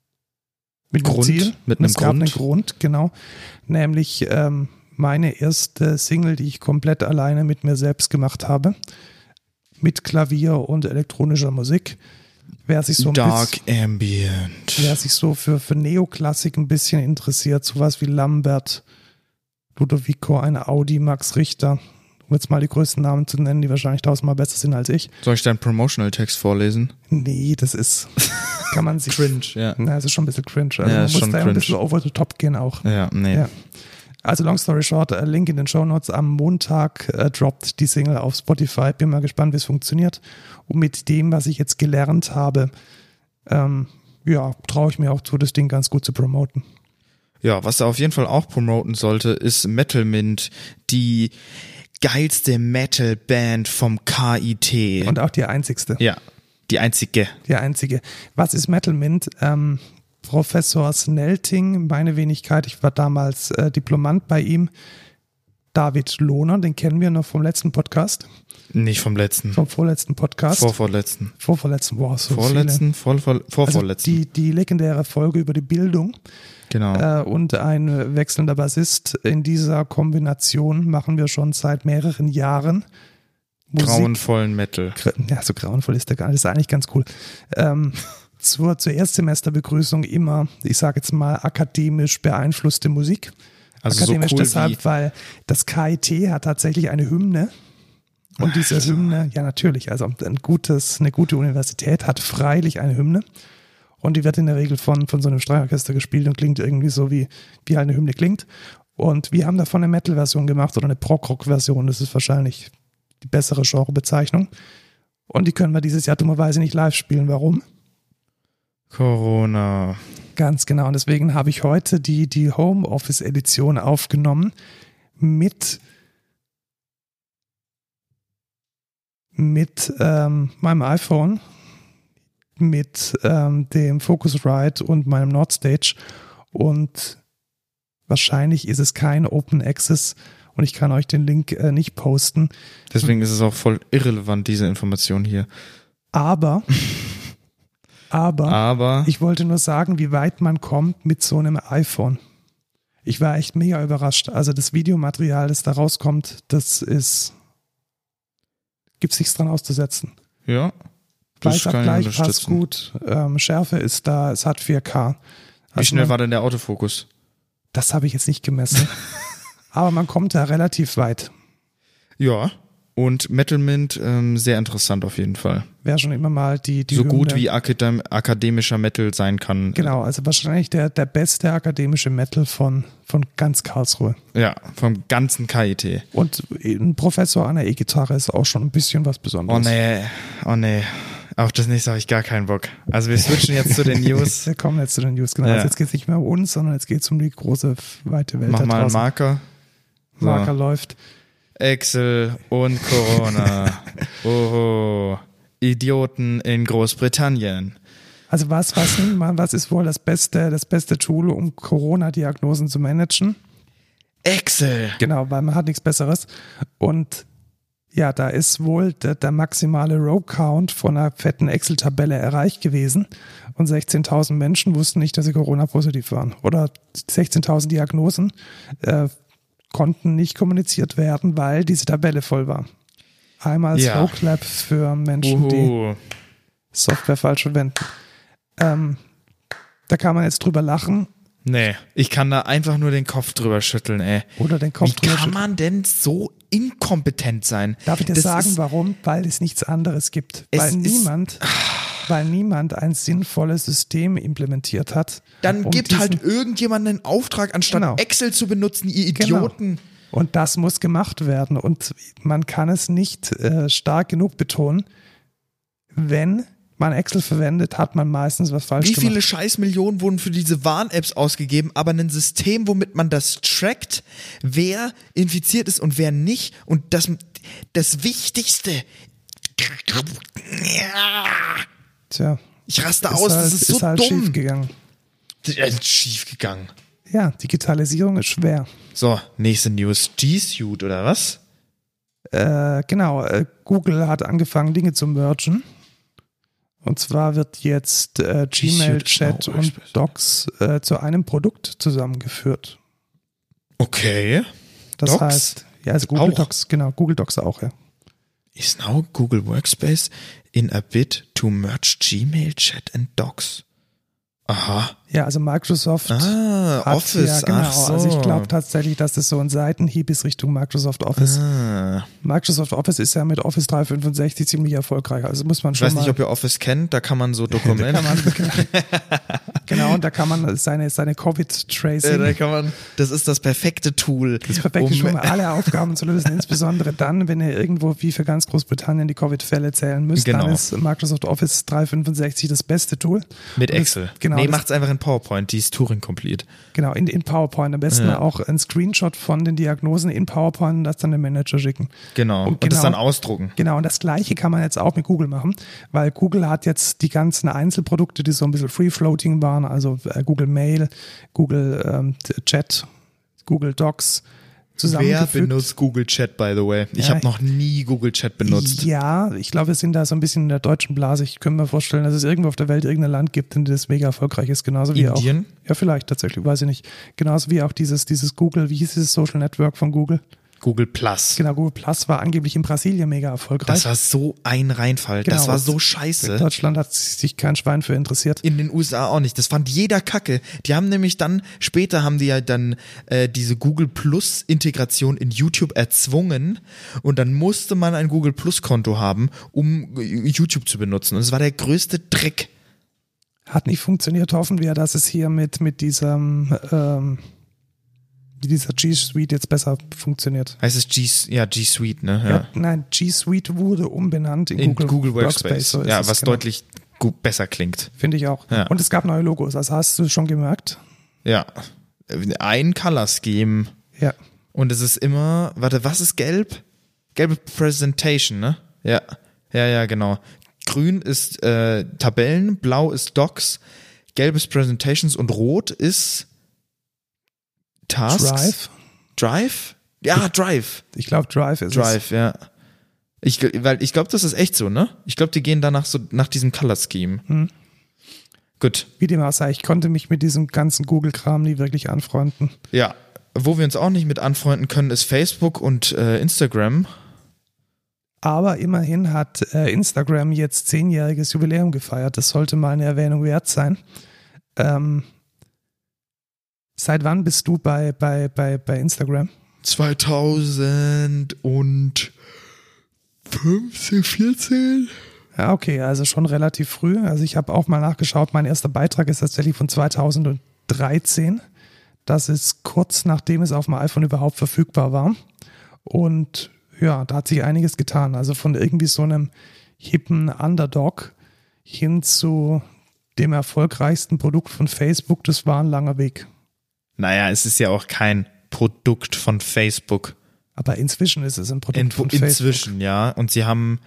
mit einem Grund, Ziel. mit einem es gab Grund. einen Grund, genau. Nämlich ähm, meine erste Single, die ich komplett alleine mit mir selbst gemacht habe. Mit Klavier und elektronischer Musik. Wer sich so ein Dark bisschen, Ambient. Wer sich so für, für Neoklassik ein bisschen interessiert, sowas wie Lambert, Ludovico, eine Audi, Max Richter, um jetzt mal die größten Namen zu nennen, die wahrscheinlich tausendmal besser sind als ich. Soll ich deinen Promotional-Text vorlesen? Nee, das ist, kann man sich... Cringe, ja. Na, das ist schon ein bisschen cringe. Also Ja, man ist muss schon da cringe. ein bisschen over the top gehen auch. Ja, nee. Ja. Also long story short, äh, Link in den Shownotes. Am Montag äh, droppt die Single auf Spotify. Bin mal gespannt, wie es funktioniert. Und mit dem, was ich jetzt gelernt habe, ähm, ja, traue ich mir auch zu, das Ding ganz gut zu promoten. Ja, was er auf jeden Fall auch promoten sollte, ist Metal Mint, die geilste Metal-Band vom K I T. Und auch die einzigste. Ja, die einzige. Die einzige. Was ist Metal Mint? Ähm, Professor Snelting, meine Wenigkeit, ich war damals äh, Diplomant bei ihm. David Lohner, den kennen wir noch vom letzten Podcast. Nicht vom letzten. Vom vorletzten Podcast. Vorvorletzten. Vorvorletzten, wow, so Vorletzten, vor, vor, vorvorletzten. Also die, die legendäre Folge über die Bildung. Genau. Äh, und ein wechselnder Bassist. In dieser Kombination machen wir schon seit mehreren Jahren Musik. Grauenvollen Metal. Ja, so grauenvoll ist der gar nicht. Das ist eigentlich ganz cool. Ähm, zur, zur Erstsemesterbegrüßung immer, ich sage jetzt mal, akademisch beeinflusste Musik. Also akademisch so cool deshalb, wie weil das K I T hat tatsächlich eine Hymne. Und diese also. Hymne, ja natürlich, also ein gutes, eine gute Universität hat freilich eine Hymne. Und die wird in der Regel von, von so einem Streichorchester gespielt und klingt irgendwie so, wie, wie halt eine Hymne klingt. Und wir haben davon eine Metal-Version gemacht oder eine Prog-Rock-Version. Das ist wahrscheinlich die bessere Genrebezeichnung. Und die können wir dieses Jahr dummerweise nicht live spielen. Warum? Corona. Ganz genau. Und deswegen habe ich heute die, die Homeoffice-Edition aufgenommen mit, mit ähm, meinem iPhone, mit ähm, dem Focusrite und meinem Nordstage. Und wahrscheinlich ist es kein Open Access und ich kann euch den Link äh, nicht posten. Deswegen ist es auch voll irrelevant, diese Information hier. Aber, aber, aber ich wollte nur sagen, wie weit man kommt mit so einem iPhone. Ich war echt mega überrascht. Also das Videomaterial, das da rauskommt, das ist, gibt es nichts dran auszusetzen. Ja, das kann ich Weißabgleich passt unterstützen. gut, ähm, Schärfe ist da, es hat vier K. Wie Also schnell man, war denn der Autofokus? Das habe ich jetzt nicht gemessen. Aber man kommt da relativ weit. Ja, und Metal Mint, ähm, sehr interessant auf jeden Fall. Wäre schon immer mal die, die so gut Hymne. wie akadem akademischer Metal sein kann. Genau, also wahrscheinlich der, der beste akademische Metal von, von ganz Karlsruhe. Ja, vom ganzen K I T. Und ein Professor an der E-Gitarre ist auch schon ein bisschen was Besonderes. Oh nee, oh nee. Auf das nächste habe ich gar keinen Bock. Also wir switchen jetzt zu den News. Wir kommen jetzt zu den News, genau. Ja. Also jetzt geht es nicht mehr um uns, sondern jetzt geht es um die große, weite Welt Mach da mal einen draußen. Marker. So. Marker läuft. Excel und Corona. Oho. Idioten in Großbritannien. Also was, was nimmt man, was ist wohl das beste, das beste Tool, um Corona-Diagnosen zu managen? Excel. Genau, weil man hat nichts Besseres. Und ja, da ist wohl der, der maximale Row-Count von einer fetten Excel-Tabelle erreicht gewesen. Und sechzehntausend Menschen wussten nicht, dass sie Corona-positiv waren. Oder sechzehntausend Diagnosen äh, konnten nicht kommuniziert werden, weil diese Tabelle voll war. Einmal als Ja. Rogue-Lab für Menschen, die Uhu. Software falsch verwenden. Ähm, da kann man jetzt drüber lachen Nee, ich kann da einfach nur den Kopf drüber schütteln, ey. oder den Kopf Wie drüber kann schütteln. man denn so inkompetent sein? Darf ich dir Das sagen, ist- warum? Weil es nichts anderes gibt. Es Weil ist- niemand, weil niemand ein sinnvolles System implementiert hat. Dann um gibt diesen- halt irgendjemand einen Auftrag, anstatt Genau. Excel zu benutzen, ihr Genau. Idioten. Und das muss gemacht werden. Und man kann es nicht äh, stark genug betonen. Wenn man Excel verwendet, hat man meistens was falsch Wie gemacht. viele Scheißmillionen wurden für diese Warn-Apps ausgegeben, aber ein System, womit man das trackt, wer infiziert ist und wer nicht. Und das, das Wichtigste. Tja, Ich raste ist aus, halt, das ist so halt dumm. schief gegangen. Das ist schief gegangen. Ja, Digitalisierung ist schwer. So, nächste News. G-Suite oder was? Äh, genau, äh, Google hat angefangen, Dinge zu mergen. Und zwar wird jetzt äh, Gmail, G-Suite Chat auch und Docs äh, zu einem Produkt zusammengeführt. Okay. Das Docs? heißt, ja, also Google Auch? Docs, genau, Google Docs auch, ja. Is now Google Workspace in a bid to merge Gmail, Chat and Docs. Aha. Ja, also Microsoft Ah, hat, Office. ja, genau, Ach so. also ich glaube tatsächlich, dass das so ein Seitenhieb ist Richtung Microsoft Office. Ah. Microsoft Office ist ja mit Office dreihundertfünfundsechzig ziemlich erfolgreich, also muss man Ich schon weiß mal... nicht, ob ihr Office kennt, da kann man so Dokumente. kann man, genau, und da kann man seine, seine Äh, Covid-Tracing, da kann man, das ist das perfekte Tool. das perfekte um- um alle Aufgaben zu lösen, insbesondere dann, wenn ihr irgendwo wie für ganz Großbritannien die Covid-Fälle zählen müsst, Genau. dann ist Microsoft Office dreihundertfünfundsechzig das beste Tool. Mit Und das- Excel. genau, nee, das- macht's einfach in PowerPoint, die ist Turing-complete. Genau, in, in PowerPoint. Am besten Ja. auch ein Screenshot von den Diagnosen in PowerPoint und das dann dem Manager schicken. Genau. Und Und, das genau- dann ausdrucken. Genau, und das Gleiche kann man jetzt auch mit Google machen, weil Google hat jetzt die ganzen Einzelprodukte, die so ein bisschen free-floating waren, also äh, Google Mail, Google ähm, Chat, Google Docs, Wer zusammengefügt. benutzt Google Chat, by the way? Ich Ja, habe noch nie Google Chat benutzt. Ja, ich glaube, wir sind da so ein bisschen in der deutschen Blase. Ich könnte mir vorstellen, dass es irgendwo auf der Welt irgendein Land gibt, in dem das mega erfolgreich ist. Genauso wie Indien? auch. Ja, vielleicht tatsächlich, weiß ich nicht. Genauso wie auch dieses, dieses Google, wie hieß dieses Social Network von Google? Google Plus. Genau, Google Plus war angeblich in Brasilien mega erfolgreich. Das war so ein Reinfall. Genau, das war so scheiße. In Deutschland hat sich kein Schwein für interessiert. In den U S A auch nicht. Das fand jeder kacke. Die haben nämlich dann, später haben die ja dann äh, diese Google Plus Integration in YouTube erzwungen und dann musste man ein Google Plus Konto haben, um YouTube zu benutzen. Und es war der größte Dreck. Hat nicht funktioniert. Hoffen wir, dass es hier mit, mit diesem, ähm, dieser G Suite jetzt besser funktioniert. Heißt es G, ja, G Suite, ne? Ja. Ja, nein, G Suite wurde umbenannt in, in Google, Google Workspace. Workspace so ja, es, was genau. deutlich gut, besser klingt. Finde ich auch. Ja. Und es gab neue Logos. Also hast du schon gemerkt? Ja. Ein Color Scheme. Ja. Und es ist immer, warte, was ist gelb? Gelbe Presentation, ne? Ja. Ja, ja, genau. Grün ist äh, Tabellen, blau ist Docs, gelb ist Presentations und rot ist Tasks. Drive. Drive? Ja, Drive. Ich glaube, Drive ist Drive, es. ja. Ich, weil ich glaube, das ist echt so, ne? Ich glaube, die gehen danach so nach diesem Color Scheme. Hm. Gut. Wie dem auch sei, ich konnte mich mit diesem ganzen Google-Kram nie wirklich anfreunden. Ja. Wo wir uns auch nicht mit anfreunden können, ist Facebook und äh, Instagram. Aber immerhin hat äh, Instagram jetzt zehnjähriges Jubiläum gefeiert. Das sollte mal eine Erwähnung wert sein. Ähm, seit wann bist du bei, bei, bei, bei Instagram? zweitausendfünfzehn, vierzehn Ja, okay, also schon relativ früh. Also ich habe auch mal nachgeschaut, mein erster Beitrag ist tatsächlich von zweitausenddreizehn. Das ist kurz nachdem es auf dem iPhone überhaupt verfügbar war. Und ja, da hat sich einiges getan. Also von irgendwie so einem hippen Underdog hin zu dem erfolgreichsten Produkt von Facebook, das war ein langer Weg. Naja, es ist ja auch kein Produkt von Facebook. Aber inzwischen ist es ein Produkt In, von inzwischen, Facebook. Inzwischen, ja. Und sie haben,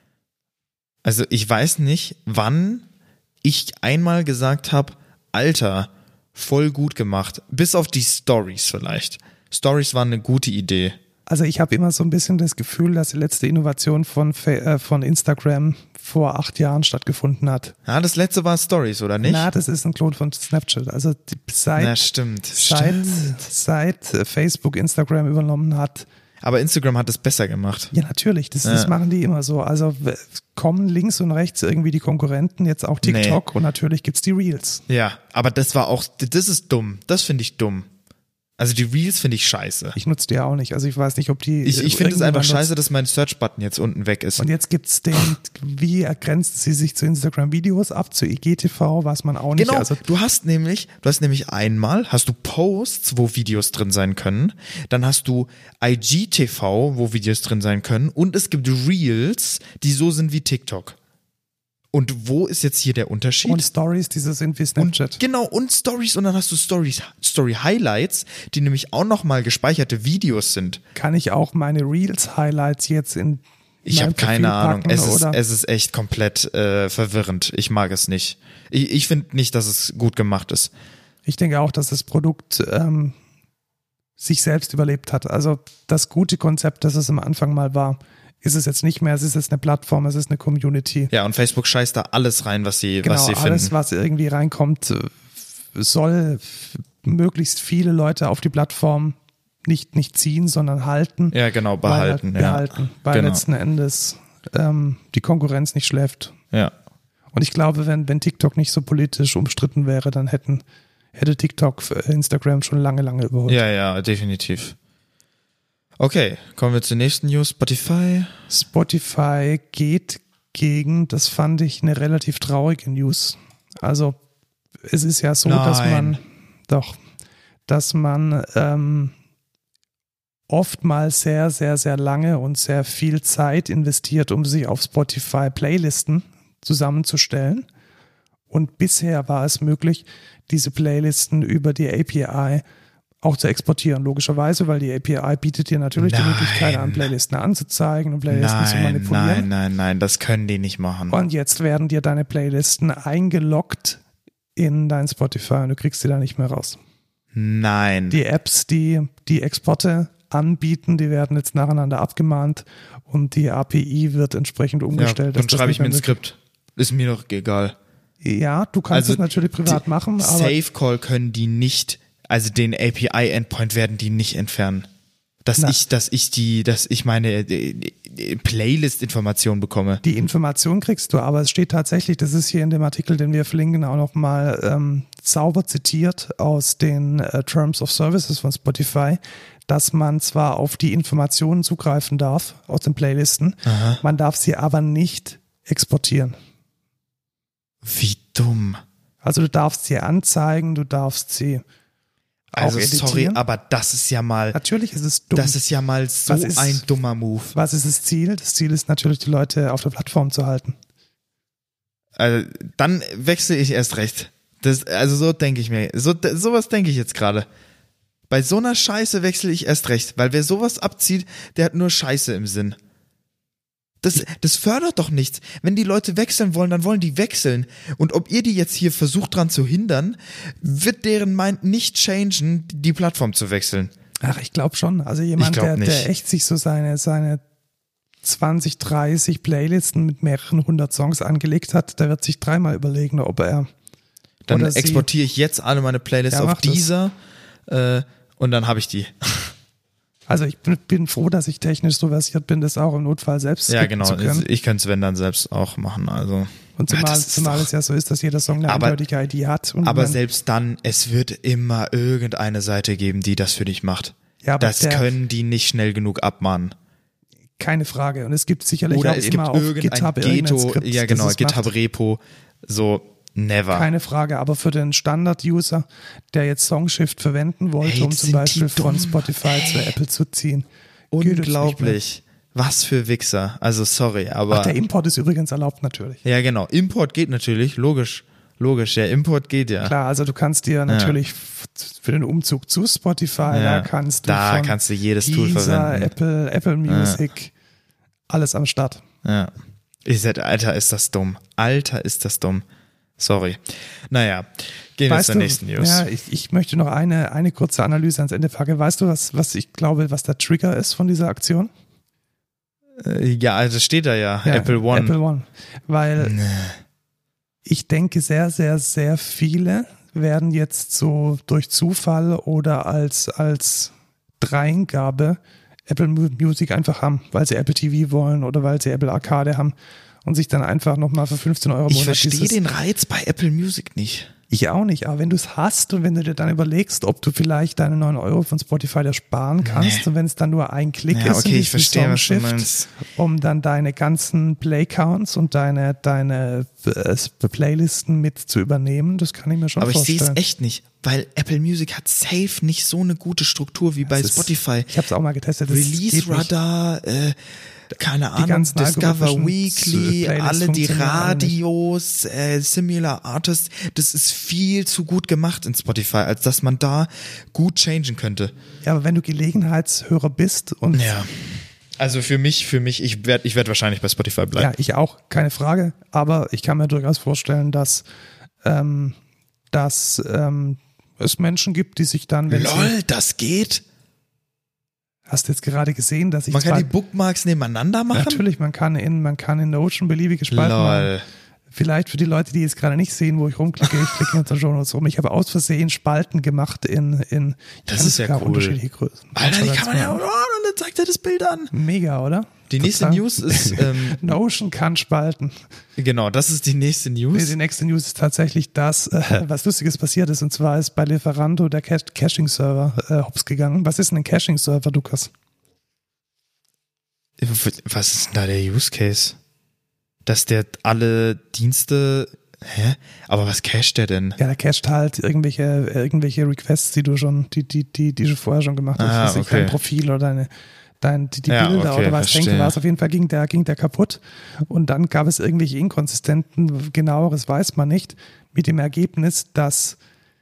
also ich weiß nicht, wann ich einmal gesagt habe, Alter, voll gut gemacht. Bis auf die Stories vielleicht. Stories waren eine gute Idee. Also ich habe immer so ein bisschen das Gefühl, dass die letzte Innovation von, äh, von Instagram vor acht Jahren stattgefunden hat. Ja, das letzte war Stories, oder nicht? Na, das ist ein Klon von Snapchat. Also die, seit, Na, stimmt. seit, stimmt. seit Facebook Instagram übernommen hat. Aber Instagram hat es besser gemacht. Ja, natürlich. Das, Ja. das machen die immer so. Also w- kommen links und rechts irgendwie die Konkurrenten, jetzt auch TikTok Nee. und natürlich gibt's die Reels. Ja, aber das war auch, das ist dumm. Das finde ich dumm. Also die Reels finde ich scheiße. Ich nutze die auch nicht. Also ich weiß nicht, ob die. Ich, ich finde es einfach irgendjemand scheiße, nutzt. dass mein Search-Button jetzt unten weg ist. Und jetzt gibt's den, wie ergrenzt sie sich zu Instagram-Videos ab, zu I G T V, was man auch nicht. Genau, Also du hast nämlich, du hast nämlich einmal, hast du Posts, wo Videos drin sein können, dann hast du I G T V, wo Videos drin sein können und es gibt Reels, die so sind wie TikTok. Und wo ist jetzt hier der Unterschied? und Stories, diese sind wie Snapchat. Und, genau, und Stories und dann hast du Stories, Story Highlights, die nämlich auch nochmal gespeicherte Videos sind. Kann ich auch meine Reels-Highlights jetzt in Ich mein habe keine Profil Ahnung. packen, Es ist, oder? es ist echt komplett äh, verwirrend. Ich mag es nicht. Ich, ich finde nicht, dass es gut gemacht ist. Ich denke auch, dass das Produkt ähm, sich selbst überlebt hat. Also das gute Konzept, das es am Anfang mal war, ist es jetzt nicht mehr. Es ist jetzt eine Plattform, es ist eine Community. Ja, und Facebook scheißt da alles rein, was sie, Genau, was sie alles, finden. was irgendwie reinkommt, äh, soll f- möglichst viele Leute auf die Plattform nicht, nicht ziehen, sondern halten. Ja, genau, behalten. Weil, ja. halt behalten, weil genau. letzten Endes ähm, die Konkurrenz nicht schläft. Ja. Und ich glaube, wenn, wenn TikTok nicht so politisch umstritten wäre, dann hätten, hätte TikTok äh, Instagram schon lange, lange überholt. ja, ja, definitiv. Okay, kommen wir zur nächsten News. Spotify. Spotify geht gegen, das fand ich eine relativ traurige News. Also es ist ja so, dass Nein. man doch, dass man ähm, oftmals sehr, sehr, sehr lange und sehr viel Zeit investiert, um sich auf Spotify Playlisten zusammenzustellen. Und bisher war es möglich, diese Playlisten über die A P I auch zu exportieren, logischerweise, weil die A P I bietet dir natürlich Nein. die Möglichkeit an, Playlisten anzuzeigen und Playlisten zu Nein, manipulieren. nein, nein, nein, das können die nicht machen. Und jetzt werden dir deine Playlisten eingeloggt in dein Spotify und du kriegst sie da nicht mehr raus. Nein. Die Apps, die die Exporte anbieten, die werden jetzt nacheinander abgemahnt und die A P I wird entsprechend ja, umgestellt. dann dass das schreibe nicht ich mir ein mehr Skript. Ist mir doch egal. möglich- Ja, du kannst Also es natürlich privat die- machen, aber Safe Call können die nicht, also den A P I-Endpoint werden die nicht entfernen. Dass Na. ich, dass ich die, dass ich meine äh, Playlist-Information bekomme. Die Information kriegst du, aber es steht tatsächlich, das ist hier in dem Artikel, den wir verlinken, auch nochmal ähm, sauber zitiert aus den äh, Terms of Services von Spotify, dass man zwar auf die Informationen zugreifen darf aus den Playlisten, Aha. man darf sie aber nicht exportieren. Wie dumm. Also du darfst sie anzeigen, du darfst sie Also auch editieren. sorry, aber das ist ja mal, Natürlich ist es dumm. das ist ja mal so Was ist- ein dummer Move. Was ist das Ziel? Das Ziel ist natürlich, die Leute auf der Plattform zu halten. Also, dann wechsle ich erst recht. Das, also so denke ich mir. So, sowas denke ich jetzt gerade. Bei so einer Scheiße wechsle ich erst recht, weil wer sowas abzieht, der hat nur Scheiße im Sinn. Das, das fördert doch nichts. Wenn die Leute wechseln wollen, dann wollen die wechseln. Und ob ihr die jetzt hier versucht dran zu hindern, wird deren Mind nicht changen, die Plattform zu wechseln. Ach, ich glaube schon. Also jemand, glaub der, nicht. der echt sich so seine, seine zwanzig, dreißig Playlisten mit mehreren hundert Songs angelegt hat, der wird sich dreimal überlegen, ob er Dann oder sie- exportiere ich jetzt alle meine Playlists Ja, auf mach das. Deezer äh, und dann habe ich die. Also ich bin, bin froh, dass ich technisch so versiert bin, das auch im Notfall selbst Ja, skippen genau. zu können. Ich könnte es, wenn dann, selbst auch machen. Also. Und Ja, zumal, das ist zumal doch- es ja so ist, dass jeder Song eine Aber- eindeutige I D hat. Und Aber man, selbst dann, es wird immer irgendeine Seite geben, die das für dich macht. ja, aber Das der, können die nicht schnell genug abmahnen. keine Frage. Und es gibt sicherlich Oder auch es gibt immer auf irgendein GitHub irgendein Ghetto, Skript, ja das genau, es macht. GitHub-Repo, so never. Keine Frage, aber für den Standard-User, der jetzt Songshift verwenden wollte, Hey, um sind zum Beispiel die von dumm. Spotify Hey. zu Apple zu ziehen. geht es nicht Unglaublich. Was für Wichser. Also sorry, aber... Ach, der Import ist übrigens erlaubt natürlich. ja genau, Import geht natürlich, logisch. Logisch, ja, Import geht ja. Klar, also du kannst dir natürlich f- für den Umzug zu Spotify, Ja, da kannst du da von kannst du jedes Tool Deezer, verwenden. Apple, Apple Music, alles am Start. Ja. Ich sag, Alter, ist das dumm. Alter, ist das dumm. Sorry. Naja, gehen wir Weißt zur du, nächsten News. ja, ich, ich möchte noch eine, eine kurze Analyse ans Ende packen. Weißt du, was, was ich glaube, was der Trigger ist von dieser Aktion? Äh, ja, also steht da ja, Apple One. Apple One. Weil Nee. ich denke, sehr, sehr, sehr viele werden jetzt so durch Zufall oder als, als Dreingabe Apple Music einfach haben, weil sie Apple T V wollen oder weil sie Apple Arcade haben und sich dann einfach nochmal für fünfzehn Euro im Ich Monat verstehe dieses- den Reiz bei Apple Music nicht. Ich auch nicht, aber wenn du es hast und wenn du dir dann überlegst, ob du vielleicht deine neun Euro von Spotify da sparen kannst Nee. und wenn es dann nur ein Klick Ja, ist okay, in ich diesen verstehe, was du Songshift, meinst. um dann deine ganzen Playcounts und deine, deine äh, Playlisten mit zu übernehmen, das kann ich mir schon Aber ich sehe vorstellen. es echt nicht, weil Apple Music hat safe nicht so eine gute Struktur wie bei Das ist- Spotify. Ich habe es auch mal getestet. das geht Release nicht. Radar, äh, keine Ahnung, ganzen Discover algorithmischen Weekly, Playlists alle die funktionieren alle nicht. Radios, äh, Similar Artists, das ist viel zu gut gemacht in Spotify, als dass man da gut changen könnte. Ja, aber wenn du Gelegenheitshörer bist und Ja. Also für mich, für mich, ich werde ich werd wahrscheinlich bei Spotify bleiben. ja, ich auch, keine Frage, aber ich kann mir durchaus vorstellen, dass, ähm, dass ähm, es Menschen gibt, die sich dann, wenn sie, Lol, das geht? hast du jetzt gerade gesehen, dass ich Man kann zwei, die Bookmarks nebeneinander machen? natürlich, man kann in, man kann in Notion beliebige Spalten machen. Lol. Vielleicht für die Leute, die jetzt gerade nicht sehen, wo ich rumklicke, ich klicke mit der Show Notes rum. Ich habe aus Versehen Spalten gemacht in, in ich Das kann ist ja sogar cool. unterschiedliche Größen. Alter, die kann man ja, oh, dann zeigt er das Bild an. Mega, oder? Die nächste Total. News ist, ähm, Notion kann spalten. genau, das ist die nächste Nee, News. die nächste News ist tatsächlich das, äh, was Lustiges passiert ist. Und zwar ist bei Lieferando der Ca- Caching-Server äh, hops gegangen. Was ist denn ein Caching-Server, Lukas? Was ist denn da der Use Case? Dass der alle Dienste, hä? Aber was cached der denn? Ja, der cached halt irgendwelche, irgendwelche Requests, die du schon, die, die, die, die du vorher schon gemacht hast. Ah, Was weiß ich, okay. dein Profil oder deine, dein, die, die Ja, Bilder okay, oder was verstehe. denke was. Auf jeden Fall ging der, ging der kaputt. Und dann gab es irgendwelche Inkonsistenten, genaueres weiß man nicht, mit dem Ergebnis, dass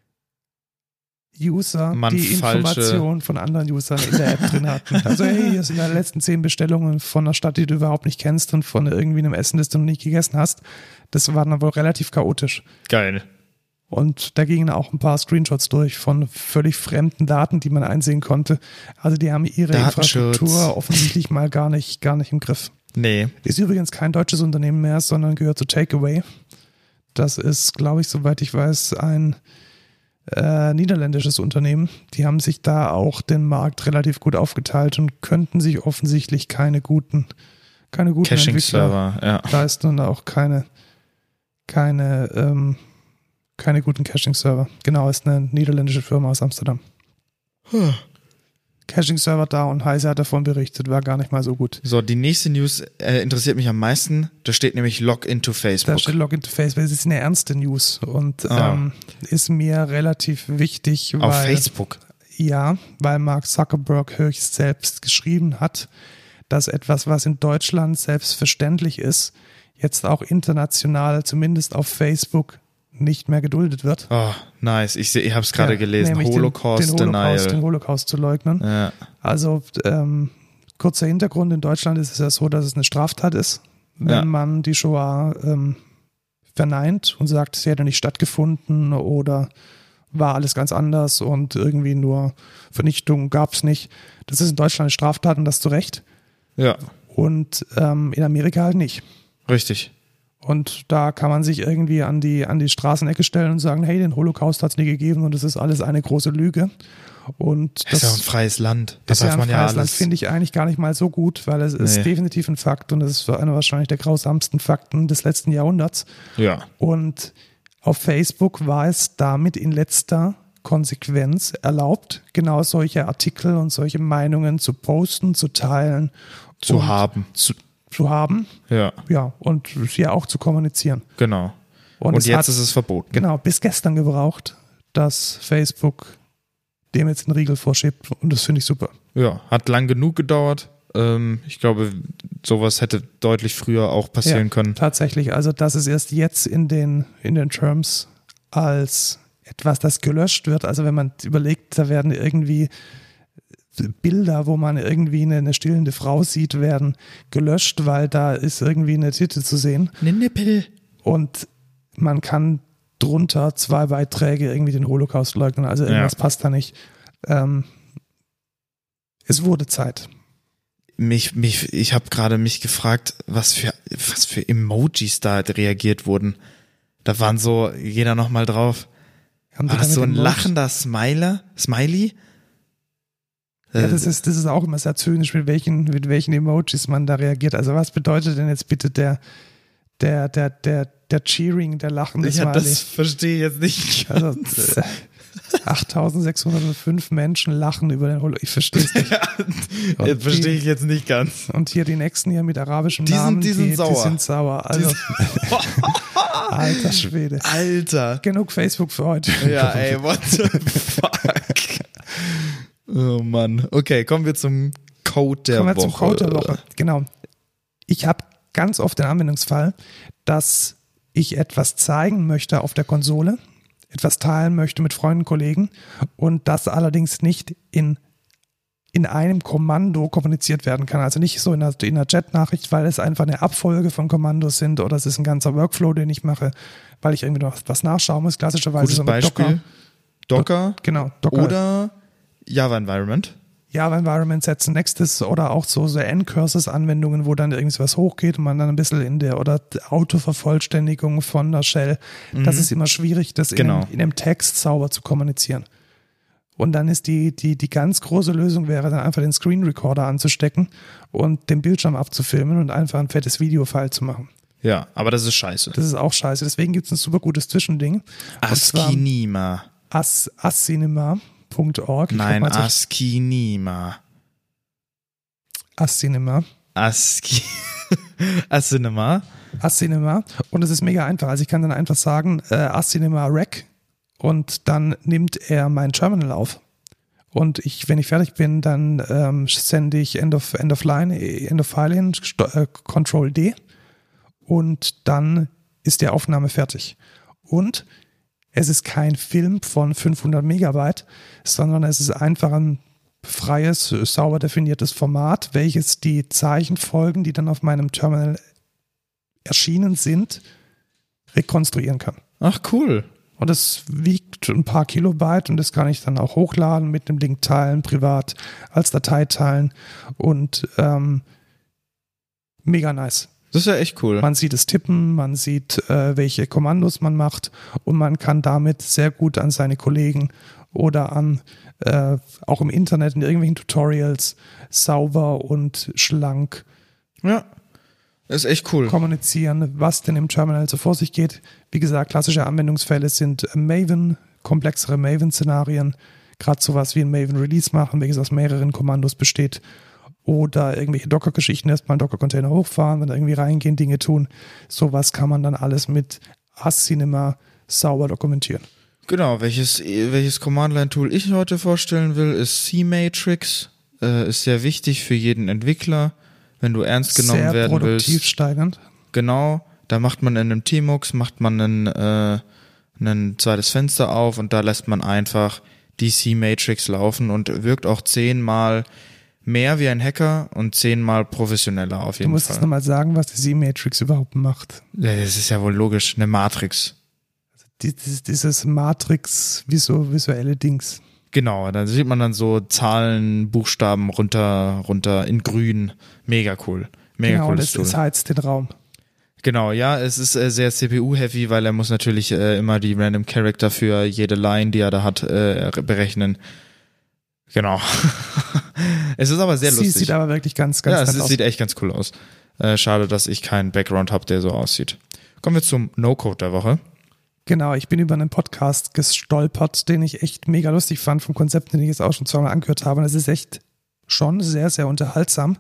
User Man die falsche- Informationen von anderen Usern in der App drin hatten. Also hey, hier sind deine letzten zehn Bestellungen von einer Stadt, die du überhaupt nicht kennst und von irgendwie einem Essen, das du noch nicht gegessen hast. Das war dann wohl relativ chaotisch. Geil. Und da gingen auch ein paar Screenshots durch von völlig fremden Daten, die man einsehen konnte. Also die haben ihre Datenschutz. Infrastruktur offensichtlich mal gar nicht, gar nicht im Griff. Nee. Ist übrigens kein deutsches Unternehmen mehr, sondern gehört zu Takeaway. Das ist, glaube ich, soweit ich weiß, ein äh, niederländisches Unternehmen. Die haben sich da auch den Markt relativ gut aufgeteilt und könnten sich offensichtlich keine guten, keine guten Caching-Server, ja. leisten und auch keine, keine, ähm, keine guten Caching-Server. Genau, ist eine niederländische Firma aus Amsterdam. Huh. Caching-Server da und Heise hat davon berichtet, war gar nicht mal so gut. So, die nächste News äh, interessiert mich am meisten. Da steht nämlich Login to Facebook. Da steht Login to Facebook. Das ist eine ernste News und Ah. ähm, ist mir relativ wichtig, weil, Auf Facebook? Ja, weil Mark Zuckerberg höchst selbst geschrieben hat, dass etwas, was in Deutschland selbstverständlich ist, jetzt auch international, zumindest auf Facebook, nicht mehr geduldet wird. Oh, nice. Ich, seh- ich habe es gerade Ja, gelesen. nämlich Holocaust den, den Denial. Holocaust, den Holocaust zu leugnen. Ja. Also ähm, kurzer Hintergrund, in Deutschland ist es ja so, dass es eine Straftat ist, wenn Ja. man die Shoah ähm, verneint und sagt, sie hätte nicht stattgefunden oder war alles ganz anders und irgendwie nur Vernichtung gab es nicht. Das ist in Deutschland eine Straftat und das zu Recht. Ja, Und ähm, in Amerika halt nicht. richtig. Und da kann man sich irgendwie an die, an die Straßenecke stellen und sagen, hey, den Holocaust hat es nie gegeben und das ist alles eine große Lüge. Und Das ist ja auch ein das freies Land. Da ist ja darf ein man ja freies Land, alles. finde ich eigentlich gar nicht mal so gut, weil es ist Nee. definitiv ein Fakt und es ist einer wahrscheinlich der grausamsten Fakten des letzten Jahrhunderts. Ja. Und auf Facebook war es damit in letzter Konsequenz erlaubt, genau solche Artikel und solche Meinungen zu posten, zu teilen. Zu und haben. Zu, zu haben, Ja, ja, und sie auch zu kommunizieren. genau. Und, Und, es jetzt hat, ist es verboten. genau, bis gestern gebraucht, dass Facebook dem jetzt einen Riegel vorschiebt und das finde ich super. Ja, hat lang genug gedauert. Ähm, ich glaube, sowas hätte deutlich früher auch passieren Ja, können. Tatsächlich, also das ist erst jetzt in den, in den Terms als etwas, das gelöscht wird. Also wenn man überlegt, da werden irgendwie Bilder, wo man irgendwie eine, eine stillende Frau sieht, werden gelöscht, weil da ist irgendwie eine Titte zu sehen. Eine Nippel. Und man kann drunter zwei Beiträge irgendwie den Holocaust leugnen. Also irgendwas Ja. passt da nicht. Ähm, es wurde Zeit. Mich, mich, ich habe gerade mich gefragt, was für, was für Emojis da reagiert wurden. Da waren so, jeder nochmal drauf. Haben die War das damit so ein Emojis? lachender Smiler? Smiley? Ja, Äh, das ist, das ist auch immer sehr zynisch, mit welchen, mit welchen Emojis man da reagiert. Also was bedeutet denn jetzt bitte der, der, der, der, der Cheering, der lachende ja, Smiley? das verstehe ich jetzt nicht. Also äh, achttausendsechshundertfünf Menschen lachen über den Holocaust. Ich verstehe es nicht. Und Jetzt verstehe die- ich jetzt nicht ganz. Und hier die nächsten hier mit arabischem Die sind- Namen, die sind die, sauer. Die sind sauer. Also, alter Schwede. Alter. Genug Facebook für heute. Ja, ey, what the fuck? Oh Mann. Okay, kommen wir zum Code der Kommen wir Woche. zum Code der Woche. Genau. Ich habe ganz oft den Anwendungsfall, dass ich etwas zeigen möchte auf der Konsole, etwas teilen möchte mit Freunden, Kollegen und das allerdings nicht in, in einem Kommando kommuniziert werden kann. Also nicht so in einer, in einer Chat-Nachricht, weil es einfach eine Abfolge von Kommandos sind oder es ist ein ganzer Workflow, den ich mache, weil ich irgendwie noch was nachschauen muss. Klassischerweise Gutes so mit Beispiel. Docker. Docker. Genau, Docker. Oder Java Environment. Java Environment setzen Nexus oder auch so, so N-Curses-Anwendungen, wo dann irgendwas hochgeht und man dann ein bisschen in der oder Autovervollständigung von der Shell. Das ist immer schwierig, das Genau. in, einem, in einem Text sauber zu kommunizieren. Und dann ist die, die, die ganz große Lösung wäre dann einfach den Screen Recorder anzustecken und den Bildschirm abzufilmen und einfach ein fettes Videofile zu machen. Ja, aber das ist scheiße. Das ist auch scheiße. Deswegen gibt es ein super gutes Zwischending. Und zwar Askinima. As, Ascinema Punkt org. Ich Nein, guck mal, Askinima. Ascinema. Aski. Ascinema. Ascinema und es ist mega einfach. Also ich kann dann einfach sagen, äh, Ascinema Rec und dann nimmt er mein Terminal auf. Und ich, wenn ich fertig bin, dann ähm, sende ich End of, End of Line, End of File hin, äh, Control D und dann ist die Aufnahme fertig. Und es ist kein Film von fünfhundert Megabyte, sondern es ist einfach ein freies, sauber definiertes Format, welches die Zeichenfolgen, die dann auf meinem Terminal erschienen sind, rekonstruieren kann. Ach, cool. Und es wiegt ein paar Kilobyte und das kann ich dann auch hochladen, mit dem Link teilen, privat, als Datei teilen und ähm, mega nice. Das ist ja echt cool. Man sieht es tippen, man sieht, äh, welche Kommandos man macht und man kann damit sehr gut an seine Kollegen oder an äh, auch im Internet in irgendwelchen Tutorials sauber und schlank Ja, ist echt cool. kommunizieren, was denn im Terminal so vor sich geht. Wie gesagt, klassische Anwendungsfälle sind Maven, komplexere Maven-Szenarien, gerade sowas wie ein Maven-Release machen, welches aus mehreren Kommandos besteht. Oder irgendwelche Docker-Geschichten, erstmal einen Docker-Container hochfahren, dann irgendwie reingehen, Dinge tun. Sowas kann man dann alles mit Asynema sauber dokumentieren. Genau, welches, welches Command-Line-Tool ich heute vorstellen will, ist C-Matrix. Äh, ist sehr wichtig für jeden Entwickler, wenn du ernst genommen Sehr werden willst. produktiv steigernd. Genau, da macht man in einem Tmux, macht man ein, äh, ein zweites Fenster auf und da lässt man einfach die C-Matrix laufen und wirkt auch zehnmal mehr wie ein Hacker und zehnmal professioneller auf jeden Fall. Du musst Fall. jetzt nochmal sagen, was die C-Matrix überhaupt macht. Ja, das ist ja wohl logisch, eine Matrix. Dieses, dieses Matrix-visuelle Dings. Genau, da sieht man dann so Zahlen, Buchstaben runter, runter in grün. Mega cool. Mega genau, cooles das, Tool. das heizt den Raum. Genau, ja, es ist äh, sehr C P U-heavy, weil er muss natürlich äh, immer die Random Character für jede Line, die er da hat, äh, berechnen. Genau. Es ist aber sehr Sie lustig. sieht aber wirklich ganz, ganz ja, nett es aus. sieht echt ganz cool aus. Äh, schade, dass ich keinen Background habe, der so aussieht. Kommen wir zum No-Code der Woche. Genau, ich bin über einen Podcast gestolpert, den ich echt mega lustig fand, vom Konzept, den ich jetzt auch schon zweimal angehört habe. Und es ist echt schon sehr, sehr unterhaltsam.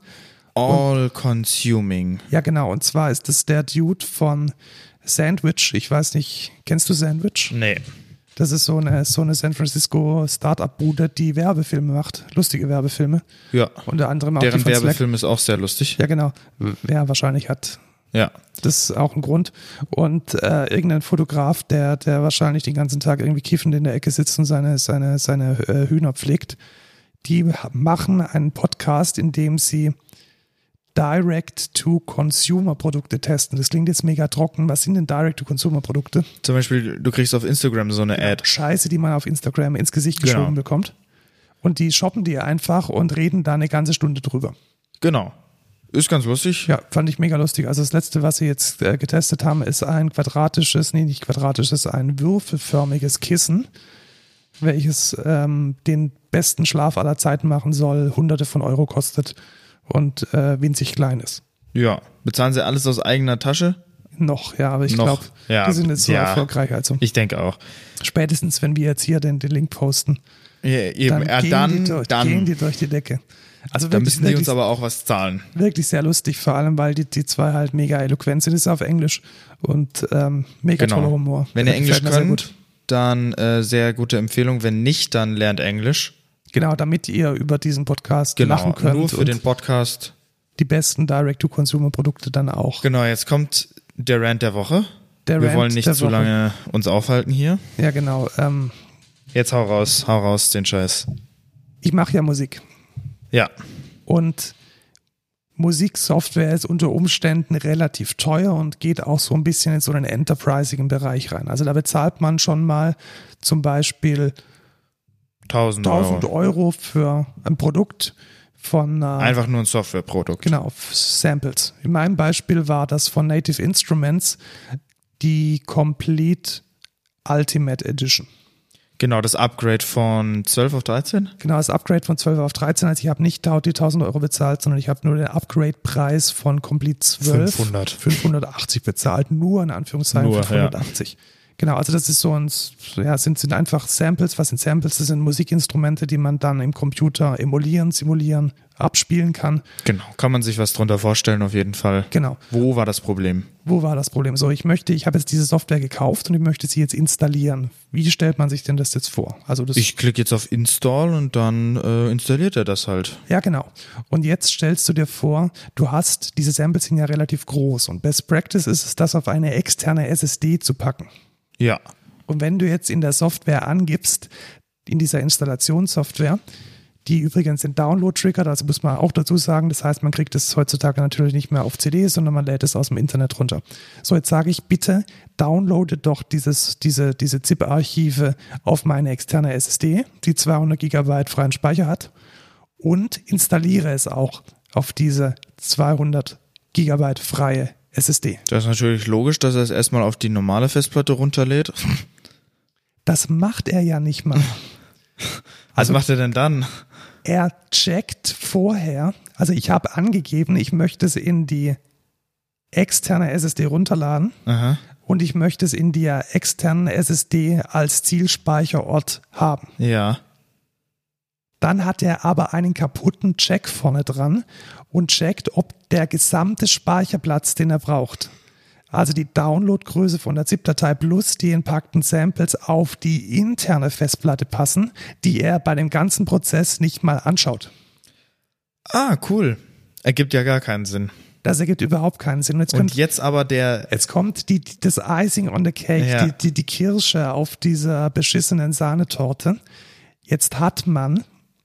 All-consuming. Ja, genau. Und zwar ist es der Dude von Sandwich. Ich weiß nicht, kennst du Sandwich? Nee. Das ist so eine, so eine San Francisco Startup-Bude, die Werbefilme macht. Lustige Werbefilme. Ja. Unter anderem auch Deren die von Slack. Werbefilm ist auch sehr lustig. Ja, genau. Ja, wahrscheinlich hat Ja. das ist auch ein Grund. Und äh, irgendein Fotograf, der, der wahrscheinlich den ganzen Tag irgendwie kiffend in der Ecke sitzt und seine, seine, seine äh, Hühner pflegt, die machen einen Podcast, in dem sie Direct-to-Consumer-Produkte testen. Das klingt jetzt mega trocken. Was sind denn Direct-to-Consumer-Produkte? Zum Beispiel, du kriegst auf Instagram so eine Ad. Scheiße, die man auf Instagram ins Gesicht geschoben Genau. bekommt. Und die shoppen die einfach und reden da eine ganze Stunde drüber. Genau. Ist ganz lustig. Ja, fand ich mega lustig. Also das letzte, was sie jetzt äh, getestet haben, ist ein quadratisches, nee, nicht quadratisches, ein würfelförmiges Kissen, welches ähm, den besten Schlaf aller Zeiten machen soll, hunderte von Euro kostet und äh, winzig klein ist. Ja. Bezahlen sie alles aus eigener Tasche? Noch, ja, aber ich Noch, glaube, ja, die sind jetzt so ja. erfolgreich. Also Ich denke auch. spätestens, wenn wir jetzt hier den, den Link posten, Ja, eben. dann, ja, gehen, dann, die durch, dann, gehen die durch die Decke. Also dann wirklich, müssen die wirklich, uns aber auch was zahlen. wirklich sehr lustig, vor allem, weil die, die zwei halt mega eloquent sind. Das ist auf Englisch und ähm, mega Genau. toller Humor. Wenn ihr Das Englisch gefällt mir sehr könnt, gut. dann äh, sehr gute Empfehlung. Wenn nicht, dann lernt Englisch. Genau, damit ihr über diesen Podcast Genau, lachen könnt nur für und den Podcast. die besten Direct-to-Consumer-Produkte dann auch. Genau, jetzt kommt der Rant der Woche. Der Wir Rant wollen nicht der zu Woche. lange uns aufhalten hier. Ja, genau. Ähm, Jetzt hau raus, hau raus den Scheiß. ich mache ja Musik Ja, und Musiksoftware ist unter Umständen relativ teuer und geht auch so ein bisschen in so einen enterprisigen Bereich rein. Also da bezahlt man schon mal zum Beispiel tausend tausend Euro. Euro für ein Produkt von äh, Einfach nur ein Softwareprodukt. genau, f- Samples. In meinem Beispiel war das von Native Instruments die Complete Ultimate Edition. Genau, das Upgrade von zwölf auf dreizehn? Genau, das Upgrade von zwölf auf dreizehn. Also ich habe nicht die tausend Euro bezahlt, sondern ich habe nur den Upgrade-Preis von Complete zwölf fünfhundert. fünfhundertachtzig bezahlt. Nur in Anführungszeichen Nur, fünfhundertachtzig. Genau, also das ist so ein, ja, sind, sind einfach Samples. Was sind Samples? Das sind Musikinstrumente, die man dann im Computer emulieren, simulieren, abspielen kann. Genau, kann man sich was drunter vorstellen auf jeden Fall. Genau. Wo war das Problem? Wo war das Problem? So, ich möchte, ich habe jetzt diese Software gekauft und ich möchte sie jetzt installieren. Wie stellt man sich denn das jetzt vor? Also das Ich klicke jetzt auf Install und dann äh, installiert er das halt. Ja, genau. Und jetzt stellst du dir vor, du hast, diese Samples sind ja relativ groß und Best Practice ist es, das auf eine externe S S D zu packen. Ja. Und wenn du jetzt in der Software angibst, in dieser Installationssoftware, die übrigens den Download triggert, also muss man auch dazu sagen, das heißt, man kriegt es heutzutage natürlich nicht mehr auf C D, sondern man lädt es aus dem Internet runter. So, jetzt sage ich, bitte downloade doch dieses, diese, diese ZIP-Archive auf meine externe S S D, die zweihundert Gigabyte freien Speicher hat, und installiere es auch auf diese zweihundert Gigabyte freie S S D. Das ist natürlich logisch, dass er es erstmal auf die normale Festplatte runterlädt. Das macht er ja nicht mal. Also, was macht er denn dann? Er checkt vorher, also ich habe angegeben, ich möchte es in die externe S S D runterladen. Aha. Und ich möchte es in der externen S S D als Zielspeicherort haben. Ja. Dann hat er aber einen kaputten Check vorne dran und checkt, ob der gesamte Speicherplatz, den er braucht, also die Downloadgröße von der ZIP-Datei plus die entpackten Samples auf die interne Festplatte passen, die er bei dem ganzen Prozess nicht mal anschaut. Ah, cool. Ergibt ja gar keinen Sinn. Das ergibt überhaupt keinen Sinn. Und jetzt, Und könnt, jetzt aber der... jetzt kommt die, die, das Icing on the Cake, Ja. die, die, die Kirsche auf dieser beschissenen Sahnetorte. Jetzt hat man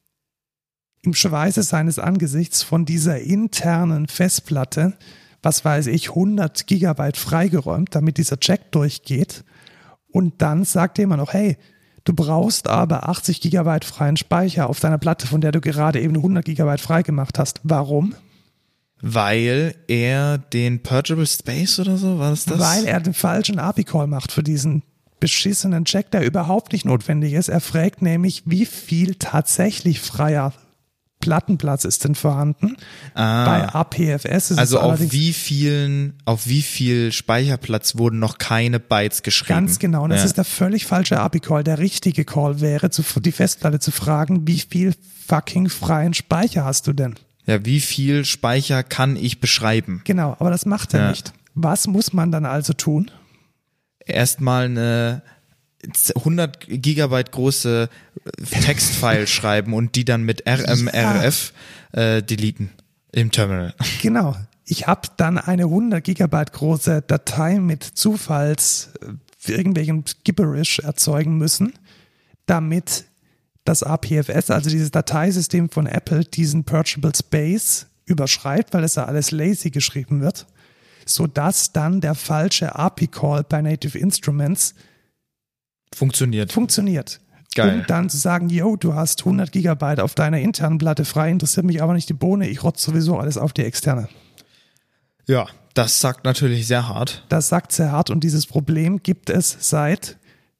im Schweiße seines Angesichts von dieser internen Festplatte, was weiß ich, hundert Gigabyte freigeräumt, damit dieser Check durchgeht. Und dann sagt er immer noch, hey, du brauchst aber achtzig Gigabyte freien Speicher auf deiner Platte, von der du gerade eben hundert Gigabyte freigemacht hast. Warum? Weil er den Purgeable Space oder so, war das das? Weil er den falschen A P I-Call macht für diesen beschissenen Check, der überhaupt nicht notwendig ist. Er fragt nämlich, wie viel tatsächlich freier Plattenplatz ist denn vorhanden? Ah. Bei A P F S ist Also es auf allerdings wie vielen, auf wie viel Speicherplatz wurden noch keine Bytes geschrieben? ganz genau. Und das Ja. ist der völlig falsche A P I-Call. Der richtige Call wäre, zu, die Festplatte zu fragen, wie viel fucking freien Speicher hast du denn? Ja, wie viel Speicher kann ich beschreiben? Genau, aber das macht er Ja. nicht. Was muss man dann also tun? Erstmal eine hundert Gigabyte große Textfile schreiben und die dann mit R M R F äh, deleten im Terminal. Genau. Ich habe dann eine hundert Gigabyte große Datei mit Zufalls äh, irgendwelchen Gibberish erzeugen müssen, damit das A P F S, also dieses Dateisystem von Apple, diesen Purgeable Space überschreibt, weil es ja alles lazy geschrieben wird, sodass dann der falsche A P I-Call bei Native Instruments Funktioniert. funktioniert. Geil. Um dann zu sagen, yo, du hast hundert Gigabyte auf deiner internen Platte frei, interessiert mich aber nicht die Bohne, ich rotze sowieso alles auf die externe. Ja, das sagt natürlich sehr hart. Das sagt sehr hart und dieses Problem gibt es seit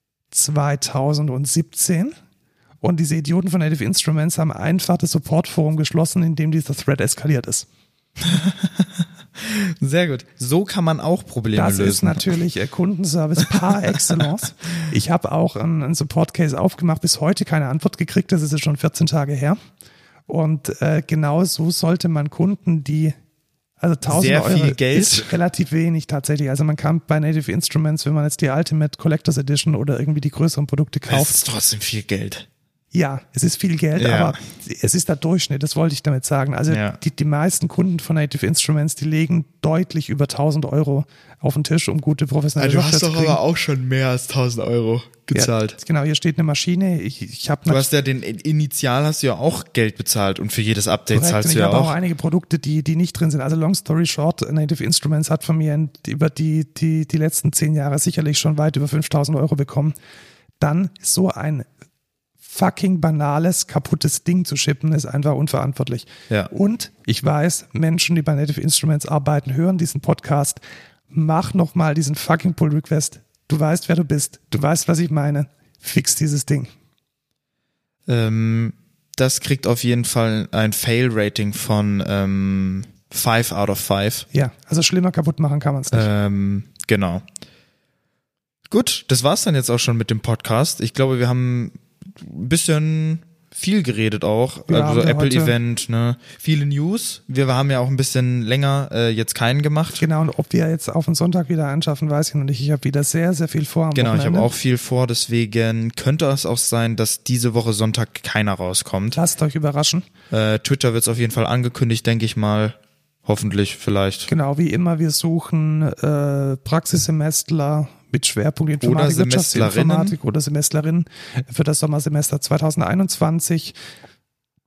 zweitausendsiebzehn und diese Idioten von Native Instruments haben einfach das Supportforum geschlossen, in dem dieser Thread eskaliert ist. Sehr gut. So kann man auch Probleme Das lösen. ist natürlich äh, Kundenservice par excellence. Ich habe auch einen, einen Support-Case aufgemacht, bis heute keine Antwort gekriegt, das ist jetzt schon vierzehn Tage her. Und äh, genau so sollte man Kunden, die also tausend Sehr Euro viel Geld. ist relativ wenig tatsächlich. Also man kann bei Native Instruments, wenn man jetzt die Ultimate Collectors Edition oder irgendwie die größeren Produkte Das kauft, ist trotzdem viel Geld. ja, es ist viel Geld, Ja. aber es ist der Durchschnitt, das wollte ich damit sagen. Also Ja. die, die meisten Kunden von Native Instruments, die legen deutlich über tausend Euro auf den Tisch, um gute professionelle Also du Software hast zu doch kriegen. aber auch schon mehr als tausend Euro gezahlt. Ja, genau, hier steht eine Maschine. Ich, ich habe Du hast ja den Initial hast du ja auch Geld bezahlt und für jedes Update zahlst ich du ja habe auch auch. einige Produkte, die, die nicht drin sind. Also long story short, Native Instruments hat von mir in, über die, die, die letzten zehn Jahre sicherlich schon weit über fünftausend Euro bekommen. Dann so ein fucking banales, kaputtes Ding zu shippen, ist einfach unverantwortlich. Ja. Und ich weiß, Menschen, die bei Native Instruments arbeiten, hören diesen Podcast. Mach nochmal diesen fucking Pull-Request. Du weißt, wer du bist. Du weißt, was ich meine. Fix dieses Ding. Ähm, das kriegt auf jeden Fall ein Fail-Rating von ähm, five out of five. Ja, also schlimmer kaputt machen kann man es nicht. Ähm, genau. Gut, das war's dann jetzt auch schon mit dem Podcast. Ich glaube, wir haben ein bisschen viel geredet auch. Ja, also haben wir Apple-Event, ne? Viele News. Wir haben ja auch ein bisschen länger äh, jetzt keinen gemacht. Genau, und ob wir jetzt auf den Sonntag wieder einschaffen, weiß ich noch nicht. Ich habe wieder sehr, sehr viel vor am Genau, ich Wochenende. habe auch viel vor, deswegen könnte es auch sein, dass diese Woche Sonntag keiner rauskommt. Lasst euch überraschen. Äh, Twitter wird es auf jeden Fall angekündigt, denke ich mal. Hoffentlich, vielleicht. Genau, wie immer, wir suchen äh, Praxissemestler mit Schwerpunkt Informatik, Oder Semestlerinnen. Wirtschaftsinformatik oder Semestlerinnen für das Sommersemester zweitausendeinundzwanzig.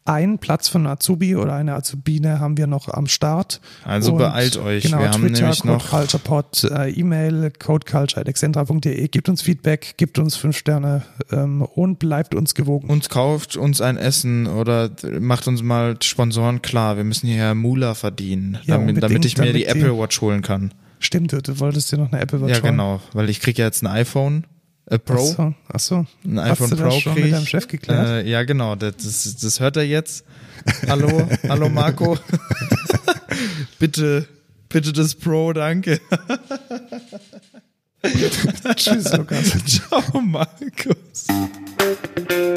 einen Platz von Azubi oder eine Azubine haben wir noch am Start. Also und beeilt euch. Genau, wir haben Twitter, nämlich noch CodeCulturePod, äh, E-Mail, codeculture at excentra punkt de. Gebt uns Feedback, gebt uns fünf Sterne ähm, und bleibt uns gewogen. uns kauft uns ein Essen oder macht uns mal Sponsoren klar. Wir müssen hier Mula verdienen, Ja, damit, damit ich mir damit die die- Apple Watch holen kann. Stimmt, du, du wolltest dir noch eine Apple Watch Ja, holen. genau, weil ich krieg ja jetzt ein iPhone äh, Pro. Ach so, ach so. Ein Hast iPhone du das Pro schon krieg mit ich. deinem Chef geklärt? Äh, ja, genau, das, das, das hört er jetzt. Hallo, hallo Marco. bitte, bitte das Pro, danke. Tschüss, Lukas. Ciao, Markus.